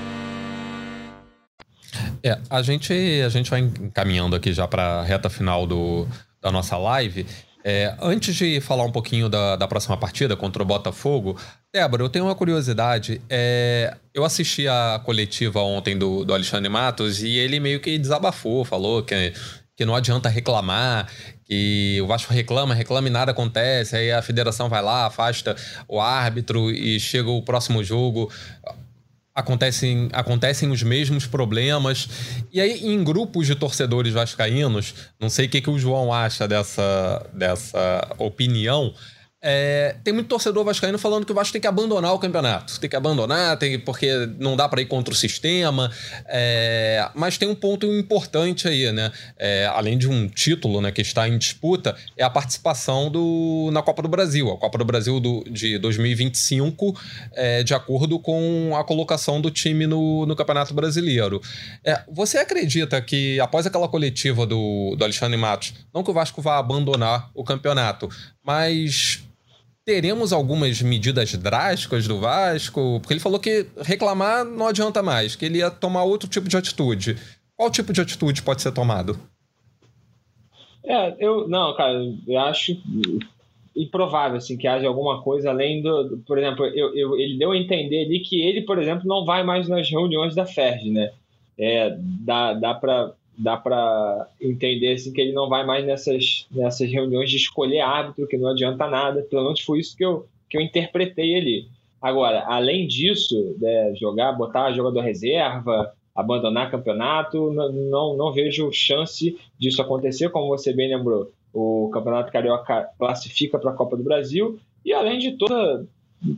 A gente vai encaminhando aqui já para a reta final da nossa live. Antes de falar um pouquinho da próxima partida contra o Botafogo, Débora, eu tenho uma curiosidade. Eu assisti a coletiva ontem do Alexandre Matos e ele meio que desabafou, falou que não adianta reclamar, que o Vasco reclama e nada acontece, aí a federação vai lá, afasta o árbitro e chega o próximo jogo, acontecem os mesmos problemas. E aí, em grupos de torcedores vascaínos, não sei o que o João acha dessa opinião, tem muito torcedor vascaíno falando que o Vasco tem que abandonar o campeonato. Tem que abandonar, porque não dá para ir contra o sistema. Mas tem um ponto importante aí, né? Além de um título, né, que está em disputa, é a participação na Copa do Brasil. A Copa do Brasil de 2025, de acordo com a colocação do time no Campeonato Brasileiro. Você acredita que, após aquela coletiva do Alexandre Matos, não que o Vasco vá abandonar o campeonato, mas teremos algumas medidas drásticas do Vasco? Porque ele falou que reclamar não adianta mais, que ele ia tomar outro tipo de atitude. Qual tipo de atitude pode ser tomado? Eu acho improvável assim, que haja alguma coisa além por exemplo, ele deu a entender ali que ele, por exemplo, não vai mais nas reuniões da FERJ, né? Dá para entender assim, que ele não vai mais nessas reuniões de escolher árbitro, que não adianta nada. Pelo menos foi isso que eu interpretei ali. Agora, além disso, botar jogador reserva, abandonar campeonato, não vejo chance disso acontecer. Como você bem lembrou, o Campeonato Carioca classifica para a Copa do Brasil, e além de todo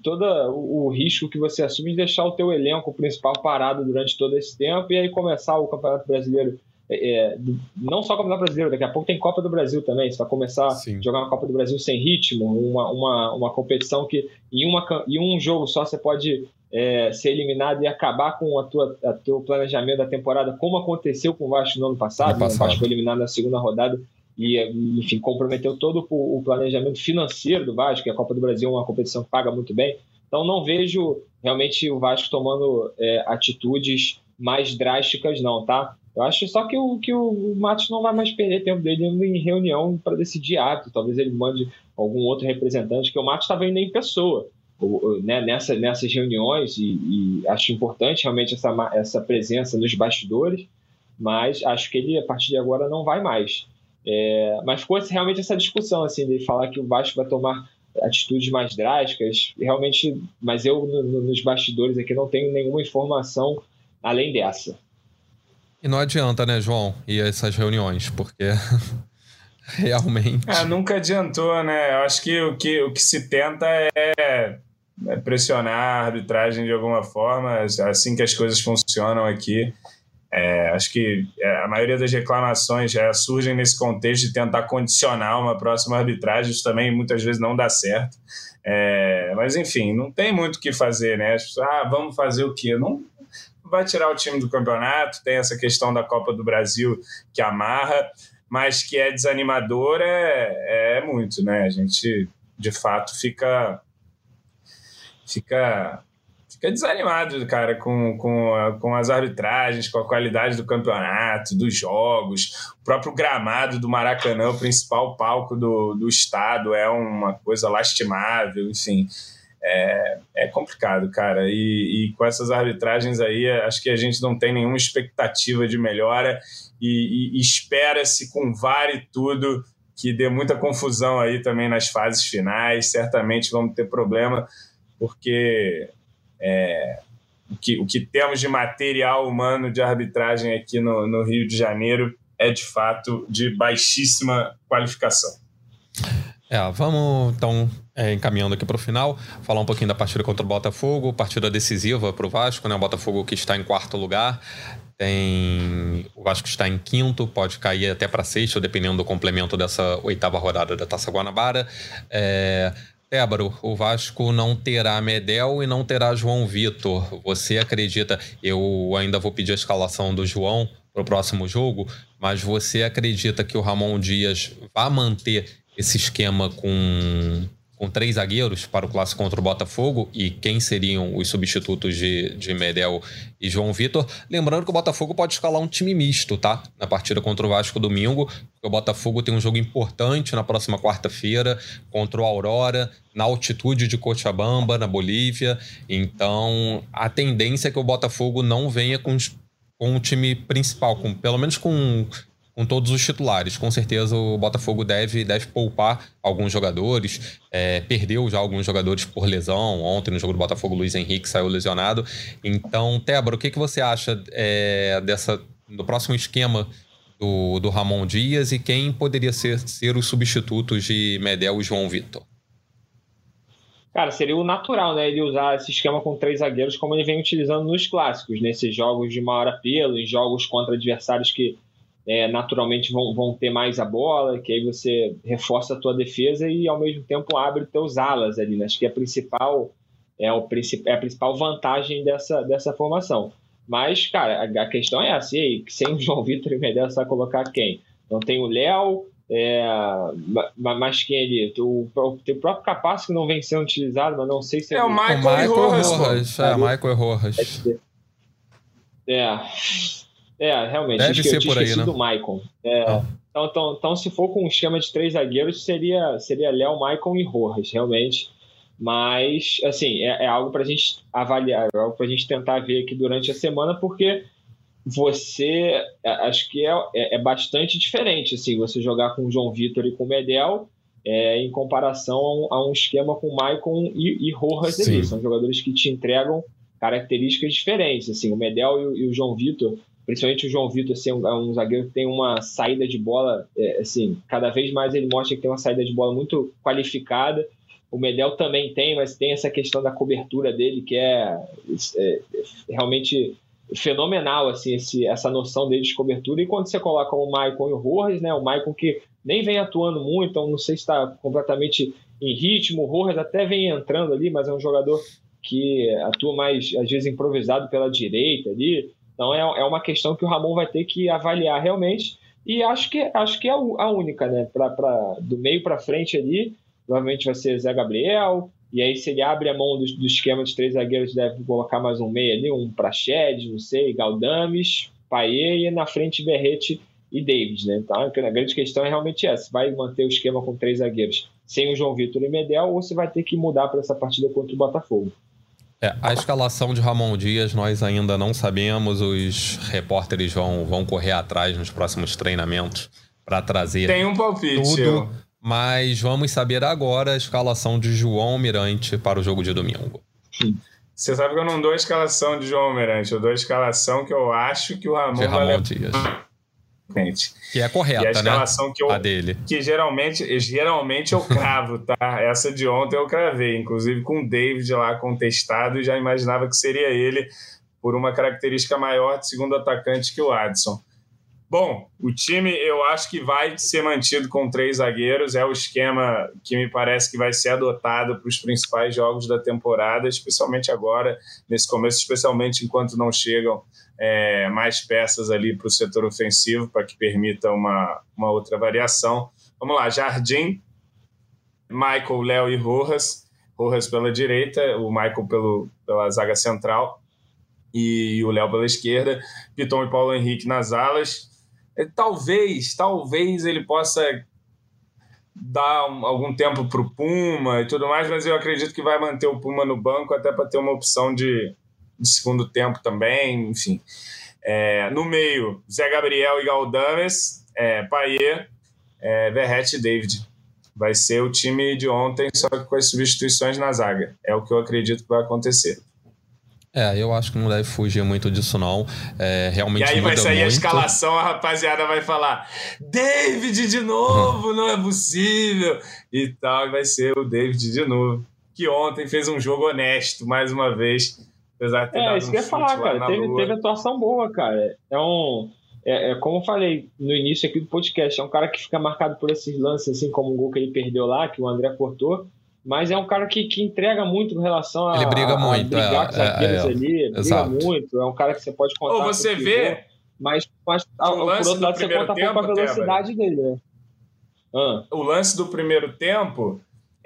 o risco que você assume de deixar o teu elenco principal parado durante todo esse tempo, e aí começar o Campeonato Brasileiro, não só o Campeonato Brasileiro, daqui a pouco tem Copa do Brasil também. Você vai começar a jogar uma Copa do Brasil sem ritmo, uma competição que em um jogo só você pode ser eliminado e acabar com o teu planejamento da temporada, como aconteceu com o Vasco no ano passado. O Vasco foi eliminado na segunda rodada e, enfim, comprometeu todo o planejamento financeiro do Vasco, que a Copa do Brasil é uma competição que paga muito bem. Então não vejo realmente o Vasco tomando atitudes mais drásticas, não, tá? Eu acho só que o Matos não vai mais perder tempo dele indo em reunião para decidir ato. Talvez ele mande algum outro representante, que o Matos estava indo em pessoa, né, nessas reuniões, e acho importante realmente essa presença nos bastidores, mas acho que ele, a partir de agora, não vai mais. Mas ficou realmente essa discussão assim, de falar que o Vasco vai tomar atitudes mais drásticas, realmente, mas eu nos bastidores aqui não tenho nenhuma informação além dessa. E não adianta, né, João, ir a essas reuniões, porque realmente... nunca adiantou, né? Eu acho que o que se tenta é pressionar a arbitragem de alguma forma, assim que as coisas funcionam aqui. Acho que a maioria das reclamações já surgem nesse contexto de tentar condicionar uma próxima arbitragem. Isso também muitas vezes não dá certo. Mas, enfim, não tem muito o que fazer, né? As pessoas, vamos fazer o quê? Não vai tirar o time do campeonato, tem essa questão da Copa do Brasil que amarra, mas que é desanimador é muito, né? A gente, de fato, fica desanimado, cara, com as arbitragens, com a qualidade do campeonato, dos jogos. O próprio gramado do Maracanã, o principal palco do estado, é uma coisa lastimável, enfim. É complicado, cara. E com essas arbitragens aí, acho que a gente não tem nenhuma expectativa de melhora e espera-se com VAR e tudo que dê muita confusão aí também nas fases finais. Certamente vamos ter problema, porque o que temos de material humano de arbitragem aqui no Rio de Janeiro é, de fato, de baixíssima qualificação. Vamos, então, encaminhando aqui para o final, falar um pouquinho da partida contra o Botafogo, partida decisiva para o Vasco, né? O Botafogo que está em 4º lugar, o Vasco está em 5º, pode cair até para 6º, dependendo do complemento dessa 8ª rodada da Taça Guanabara. Débora, o Vasco não terá Medel e não terá João Vitor. Você acredita, eu ainda vou pedir a escalação do João para o próximo jogo, mas você acredita que o Ramon Dias vai manter esse esquema com com 3 zagueiros para o clássico contra o Botafogo e quem seriam os substitutos de Medel e João Vitor. Lembrando que o Botafogo pode escalar um time misto, tá? Na partida contra o Vasco domingo, porque o Botafogo tem um jogo importante na próxima quarta-feira contra o Aurora, na altitude de Cochabamba, na Bolívia. Então, a tendência é que o Botafogo não venha com o time principal, pelo menos com todos os titulares. Com certeza o Botafogo deve poupar alguns jogadores, perdeu já alguns jogadores por lesão. Ontem no jogo do Botafogo, o Luiz Henrique saiu lesionado. Então, Tébaro, o que você acha do próximo esquema do Ramon Dias e quem poderia ser os substitutos de Medel e João Vitor? Cara, seria o natural, né? Ele usar esse esquema com 3 zagueiros como ele vem utilizando nos clássicos, nesses jogos de maior apelo, em jogos contra adversários que naturalmente vão ter mais a bola, que aí você reforça a tua defesa e ao mesmo tempo abre os teus alas ali, né? Acho que é a principal vantagem dessa formação. Mas, cara, a questão é essa, e aí, sem o João Vitor e Medel, você vai colocar quem? Não tem o Léo, mas quem ali? O próprio Capasso que não vem sendo utilizado, mas não sei se o Michael e Rojas. Michael e Rojas. Realmente. Deve ser por aí, né? Do Maicon. Então, se for com um esquema de 3 zagueiros, seria Léo, Maicon e Rojas, realmente. Mas, assim, é algo para a gente avaliar, é algo para a gente tentar ver aqui durante a semana, porque acho que é bastante diferente, assim, você jogar com o João Vitor e com o Medel, em comparação a um esquema com o Maicon e Rojas ali. São jogadores que te características diferentes, assim, o Medel e o João Vitor, principalmente o João Vitor, assim, é um zagueiro que tem uma saída de bola, assim, cada vez mais ele mostra que tem uma saída de bola muito qualificada. O Medel também tem, mas tem essa questão da cobertura dele, que é realmente fenomenal, assim, essa noção dele de cobertura. E quando você coloca o Maicon e o Rojas, né, o Maicon que nem vem atuando muito, então não sei se está completamente em ritmo, o Rojas até vem entrando ali, mas é um jogador que atua mais, às vezes, improvisado pela direita ali. Então é uma questão que o Ramon vai ter que avaliar realmente, e acho que é a única, né? Do meio para frente ali, provavelmente vai ser Zé Gabriel, e aí se ele abre a mão do esquema de 3 zagueiros, deve colocar mais um meio ali, um Praxedes, não sei, Galdames, Payet, e na frente Verrete e David, né? Então a grande questão é realmente essa: vai manter o esquema com 3 zagueiros sem o João Vitor e Medel, ou se vai ter que mudar para essa partida contra o Botafogo? A escalação de Ramon Dias nós ainda não sabemos, os repórteres vão correr atrás nos próximos treinamentos para trazer Tem um palpite, tudo, mas vamos saber agora a escalação de João Mirante para o jogo de domingo. Você sabe que eu não dou a escalação de João Mirante, eu dou a escalação que eu acho que o Ramon vai levar. Dias. Que é correta, e a escalação, né? A dele. Que geralmente eu cravo, tá? Essa de ontem eu cravei, inclusive com o David lá contestado, e já imaginava que seria ele por uma característica maior de segundo atacante que o Adson. Bom, o time eu acho que vai ser mantido com 3 zagueiros, é o esquema que me parece que vai ser adotado para os principais jogos da temporada, especialmente agora, nesse começo, especialmente enquanto não chegam mais peças ali para o setor ofensivo, para que permita uma outra variação. Vamos lá, Jardim, Michael, Léo e Rojas pela direita, o Michael pela zaga central e o Léo pela esquerda, Piton e Paulo Henrique nas alas. Talvez ele possa dar algum tempo para o Puma e tudo mais, mas eu acredito que vai manter o Puma no banco até para ter uma opção de segundo tempo também, enfim. No meio, Zé Gabriel e Galdames, Payet, Verrete e David. Vai ser o time de ontem, só que com as substituições na zaga. É o que eu acredito que vai acontecer. Eu acho que não deve fugir muito disso, não. Realmente e aí vai sair muito. A escalação, a rapaziada vai falar: David de novo, não é possível. E tal, e vai ser o David de novo, que ontem fez um jogo honesto, mais uma vez. Apesar de ter dado isso que eu ia falar, cara. Teve atuação boa, cara. Como eu falei no início aqui do podcast, é um cara que fica marcado por esses lances, assim como o gol que ele perdeu lá, que o André cortou. Mas é um cara que entrega muito em relação a... Ele briga muito. Brigar com os zagueiros ali, exato. Briga muito. É um cara que você pode contar... você vê... Mas por outro lado, você conta um pouco a velocidade dele, né? O lance do primeiro tempo,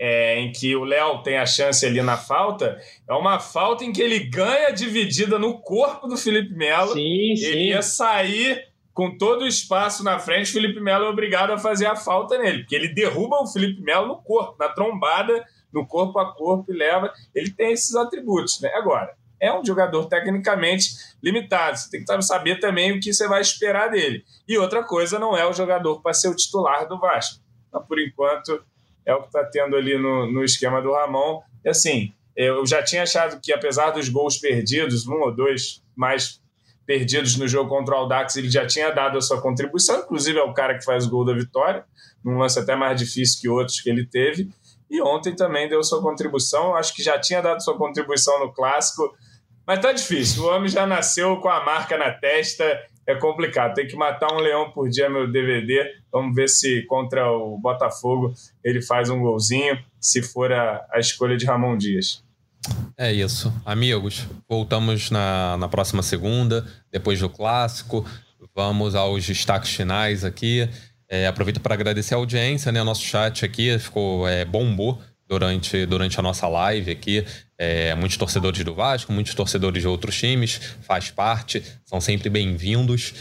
em que o Léo tem a chance ali na falta, é uma falta em que ele ganha dividida no corpo do Felipe Melo. Sim, sim. Ele ia sair com todo o espaço na frente, o Felipe Melo é obrigado a fazer a falta nele, porque ele derruba o Felipe Melo no corpo, na trombada, no corpo a corpo, e leva. Ele tem esses atributos, né? Agora, é um jogador tecnicamente limitado. Você tem que saber também o que você vai esperar dele. E outra coisa, não é o jogador para ser o titular do Vasco. Mas, por enquanto, é o que está tendo ali no esquema do Ramon. E assim, eu já tinha achado que, apesar dos gols perdidos, 1 ou 2 mais perdidos no jogo contra o Audax, ele já tinha dado a sua contribuição. Inclusive, é o cara que faz o gol da vitória, num lance até mais difícil que outros que ele teve. E ontem também deu sua contribuição. Acho que já tinha dado sua contribuição no Clássico. Mas tá difícil. O homem já nasceu com a marca na testa. É complicado. Tem que matar um leão por dia, meu DVD. Vamos ver se contra o Botafogo ele faz um golzinho, se for a escolha de Ramon Dias. É isso. Amigos, voltamos na próxima segunda, depois do Clássico. Vamos aos destaques finais aqui. Aproveito para agradecer a audiência, né? Nosso chat aqui ficou bombou durante a nossa live aqui. Muitos torcedores do Vasco, muitos torcedores de outros times, faz parte, são sempre bem-vindos.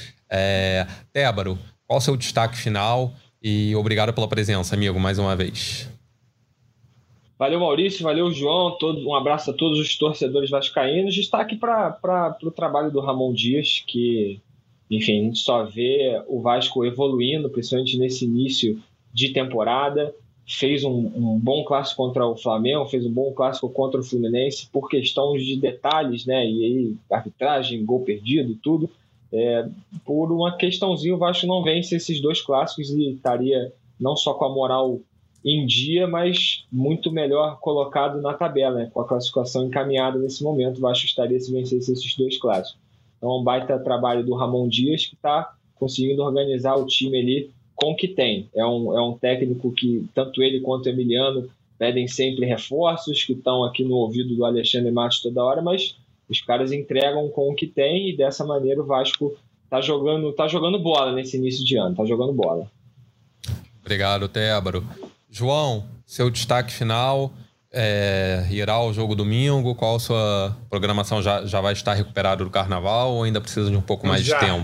Tébaro, qual o seu destaque final? E obrigado pela presença, amigo, mais uma vez. Valeu, Maurício, valeu, João, um abraço a todos os torcedores vascaínos. Destaque para o trabalho do Ramon Dias, que, enfim, a gente só vê o Vasco evoluindo, principalmente nesse início de temporada. Fez um bom clássico contra o Flamengo, fez um bom clássico contra o Fluminense, por questões de detalhes, né? E aí, arbitragem, gol perdido, tudo. Por uma questãozinha, o Vasco não vence esses 2 clássicos e estaria não só com a moral em dia, mas muito melhor colocado na tabela, né? Com a classificação encaminhada nesse momento, o Vasco estaria se vencesse esses 2 clássicos. Então, um baita trabalho do Ramon Dias, que está conseguindo organizar o time ali com o que tem. É um técnico que tanto ele quanto o Emiliano pedem sempre reforços, que estão aqui no ouvido do Alexandre Matos toda hora, mas os caras entregam com o que tem e dessa maneira o Vasco tá jogando bola nesse início de ano, tá jogando bola. Obrigado, Tébaro. João, seu destaque final, irá ao jogo domingo? Qual a sua programação? Já vai estar recuperado do Carnaval ou ainda precisa de um pouco mais de tempo?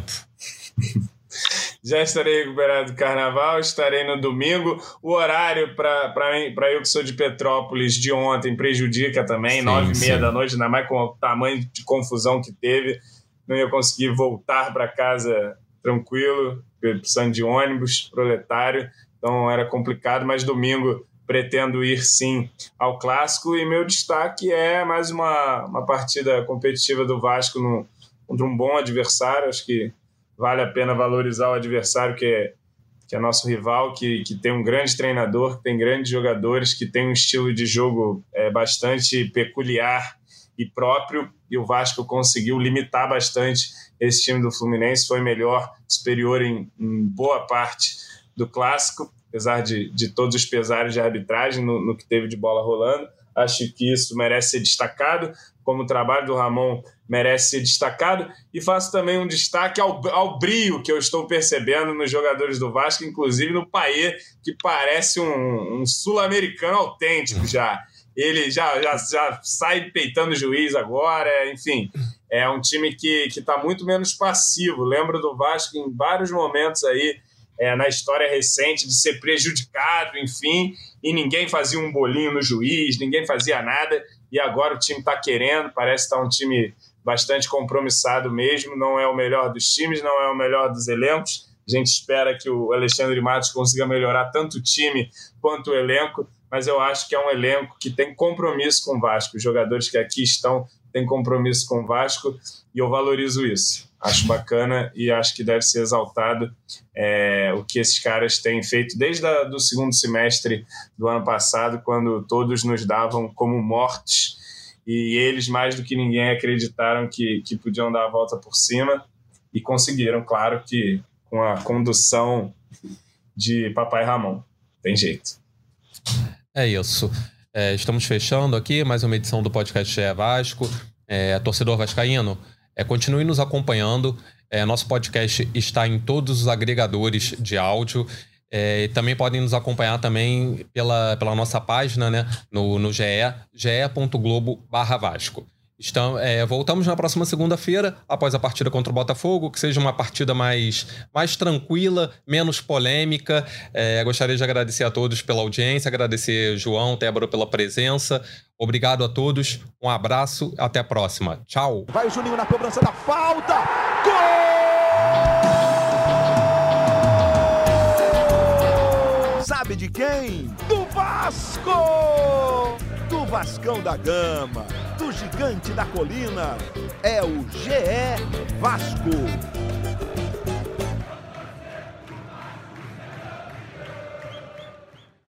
Já estarei recuperado do Carnaval, estarei no domingo. O horário para eu que sou de Petrópolis de ontem prejudica também, 9h30 da noite, ainda mais com o tamanho de confusão que teve. Não ia conseguir voltar para casa tranquilo, precisando de ônibus, proletário. Então era complicado, mas domingo pretendo ir sim ao Clássico. E meu destaque é mais uma partida competitiva do Vasco contra um bom adversário. Acho que vale a pena valorizar o adversário que é nosso rival, que tem um grande treinador, que tem grandes jogadores, que tem um estilo de jogo bastante peculiar e próprio, e o Vasco conseguiu limitar bastante esse time do Fluminense, foi melhor, superior em boa parte do Clássico, apesar de todos os pesares de arbitragem no que teve de bola rolando. Acho que isso merece ser destacado, como o trabalho do Ramon merece ser destacado, e faço também um destaque ao brio que eu estou percebendo nos jogadores do Vasco, inclusive no Payet, que parece um sul-americano autêntico já. Ele já sai peitando o juiz agora, enfim, é um time que está muito menos passivo. Lembro do Vasco em vários momentos aí, na história recente, de ser prejudicado, enfim, e ninguém fazia um bolinho no juiz, ninguém fazia nada, e agora o time está querendo, parece estar um time bastante compromissado mesmo, não é o melhor dos times, não é o melhor dos elencos. A gente espera que o Alexandre Matos consiga melhorar tanto o time quanto o elenco, mas eu acho que é um elenco que tem compromisso com o Vasco. Os jogadores que aqui estão têm compromisso com o Vasco e eu valorizo isso. Acho bacana e acho que deve ser exaltado o que esses caras têm feito desde o segundo semestre do ano passado, quando todos nos davam como mortos e eles, mais do que ninguém, acreditaram que podiam dar a volta por cima e conseguiram, claro que com a condução de Papai Ramon. Tem jeito. É isso. Estamos fechando aqui mais uma edição do podcast GE Vasco. Torcedor vascaíno, continue nos acompanhando. Nosso podcast está em todos os agregadores de áudio. E também podem nos acompanhar também pela nossa página, né, no ge.globo/Vasco. Voltamos na próxima segunda-feira, após a partida contra o Botafogo, que seja uma partida mais tranquila, menos polêmica. Gostaria de agradecer a todos pela audiência, agradecer João, Tébaro pela presença. Obrigado a todos, um abraço, até a próxima. Tchau! Vai o Juninho na cobrança da falta! Gol! Sabe de quem? Do Vasco! Do Vascão da Gama, do Gigante da Colina, é o GE Vasco.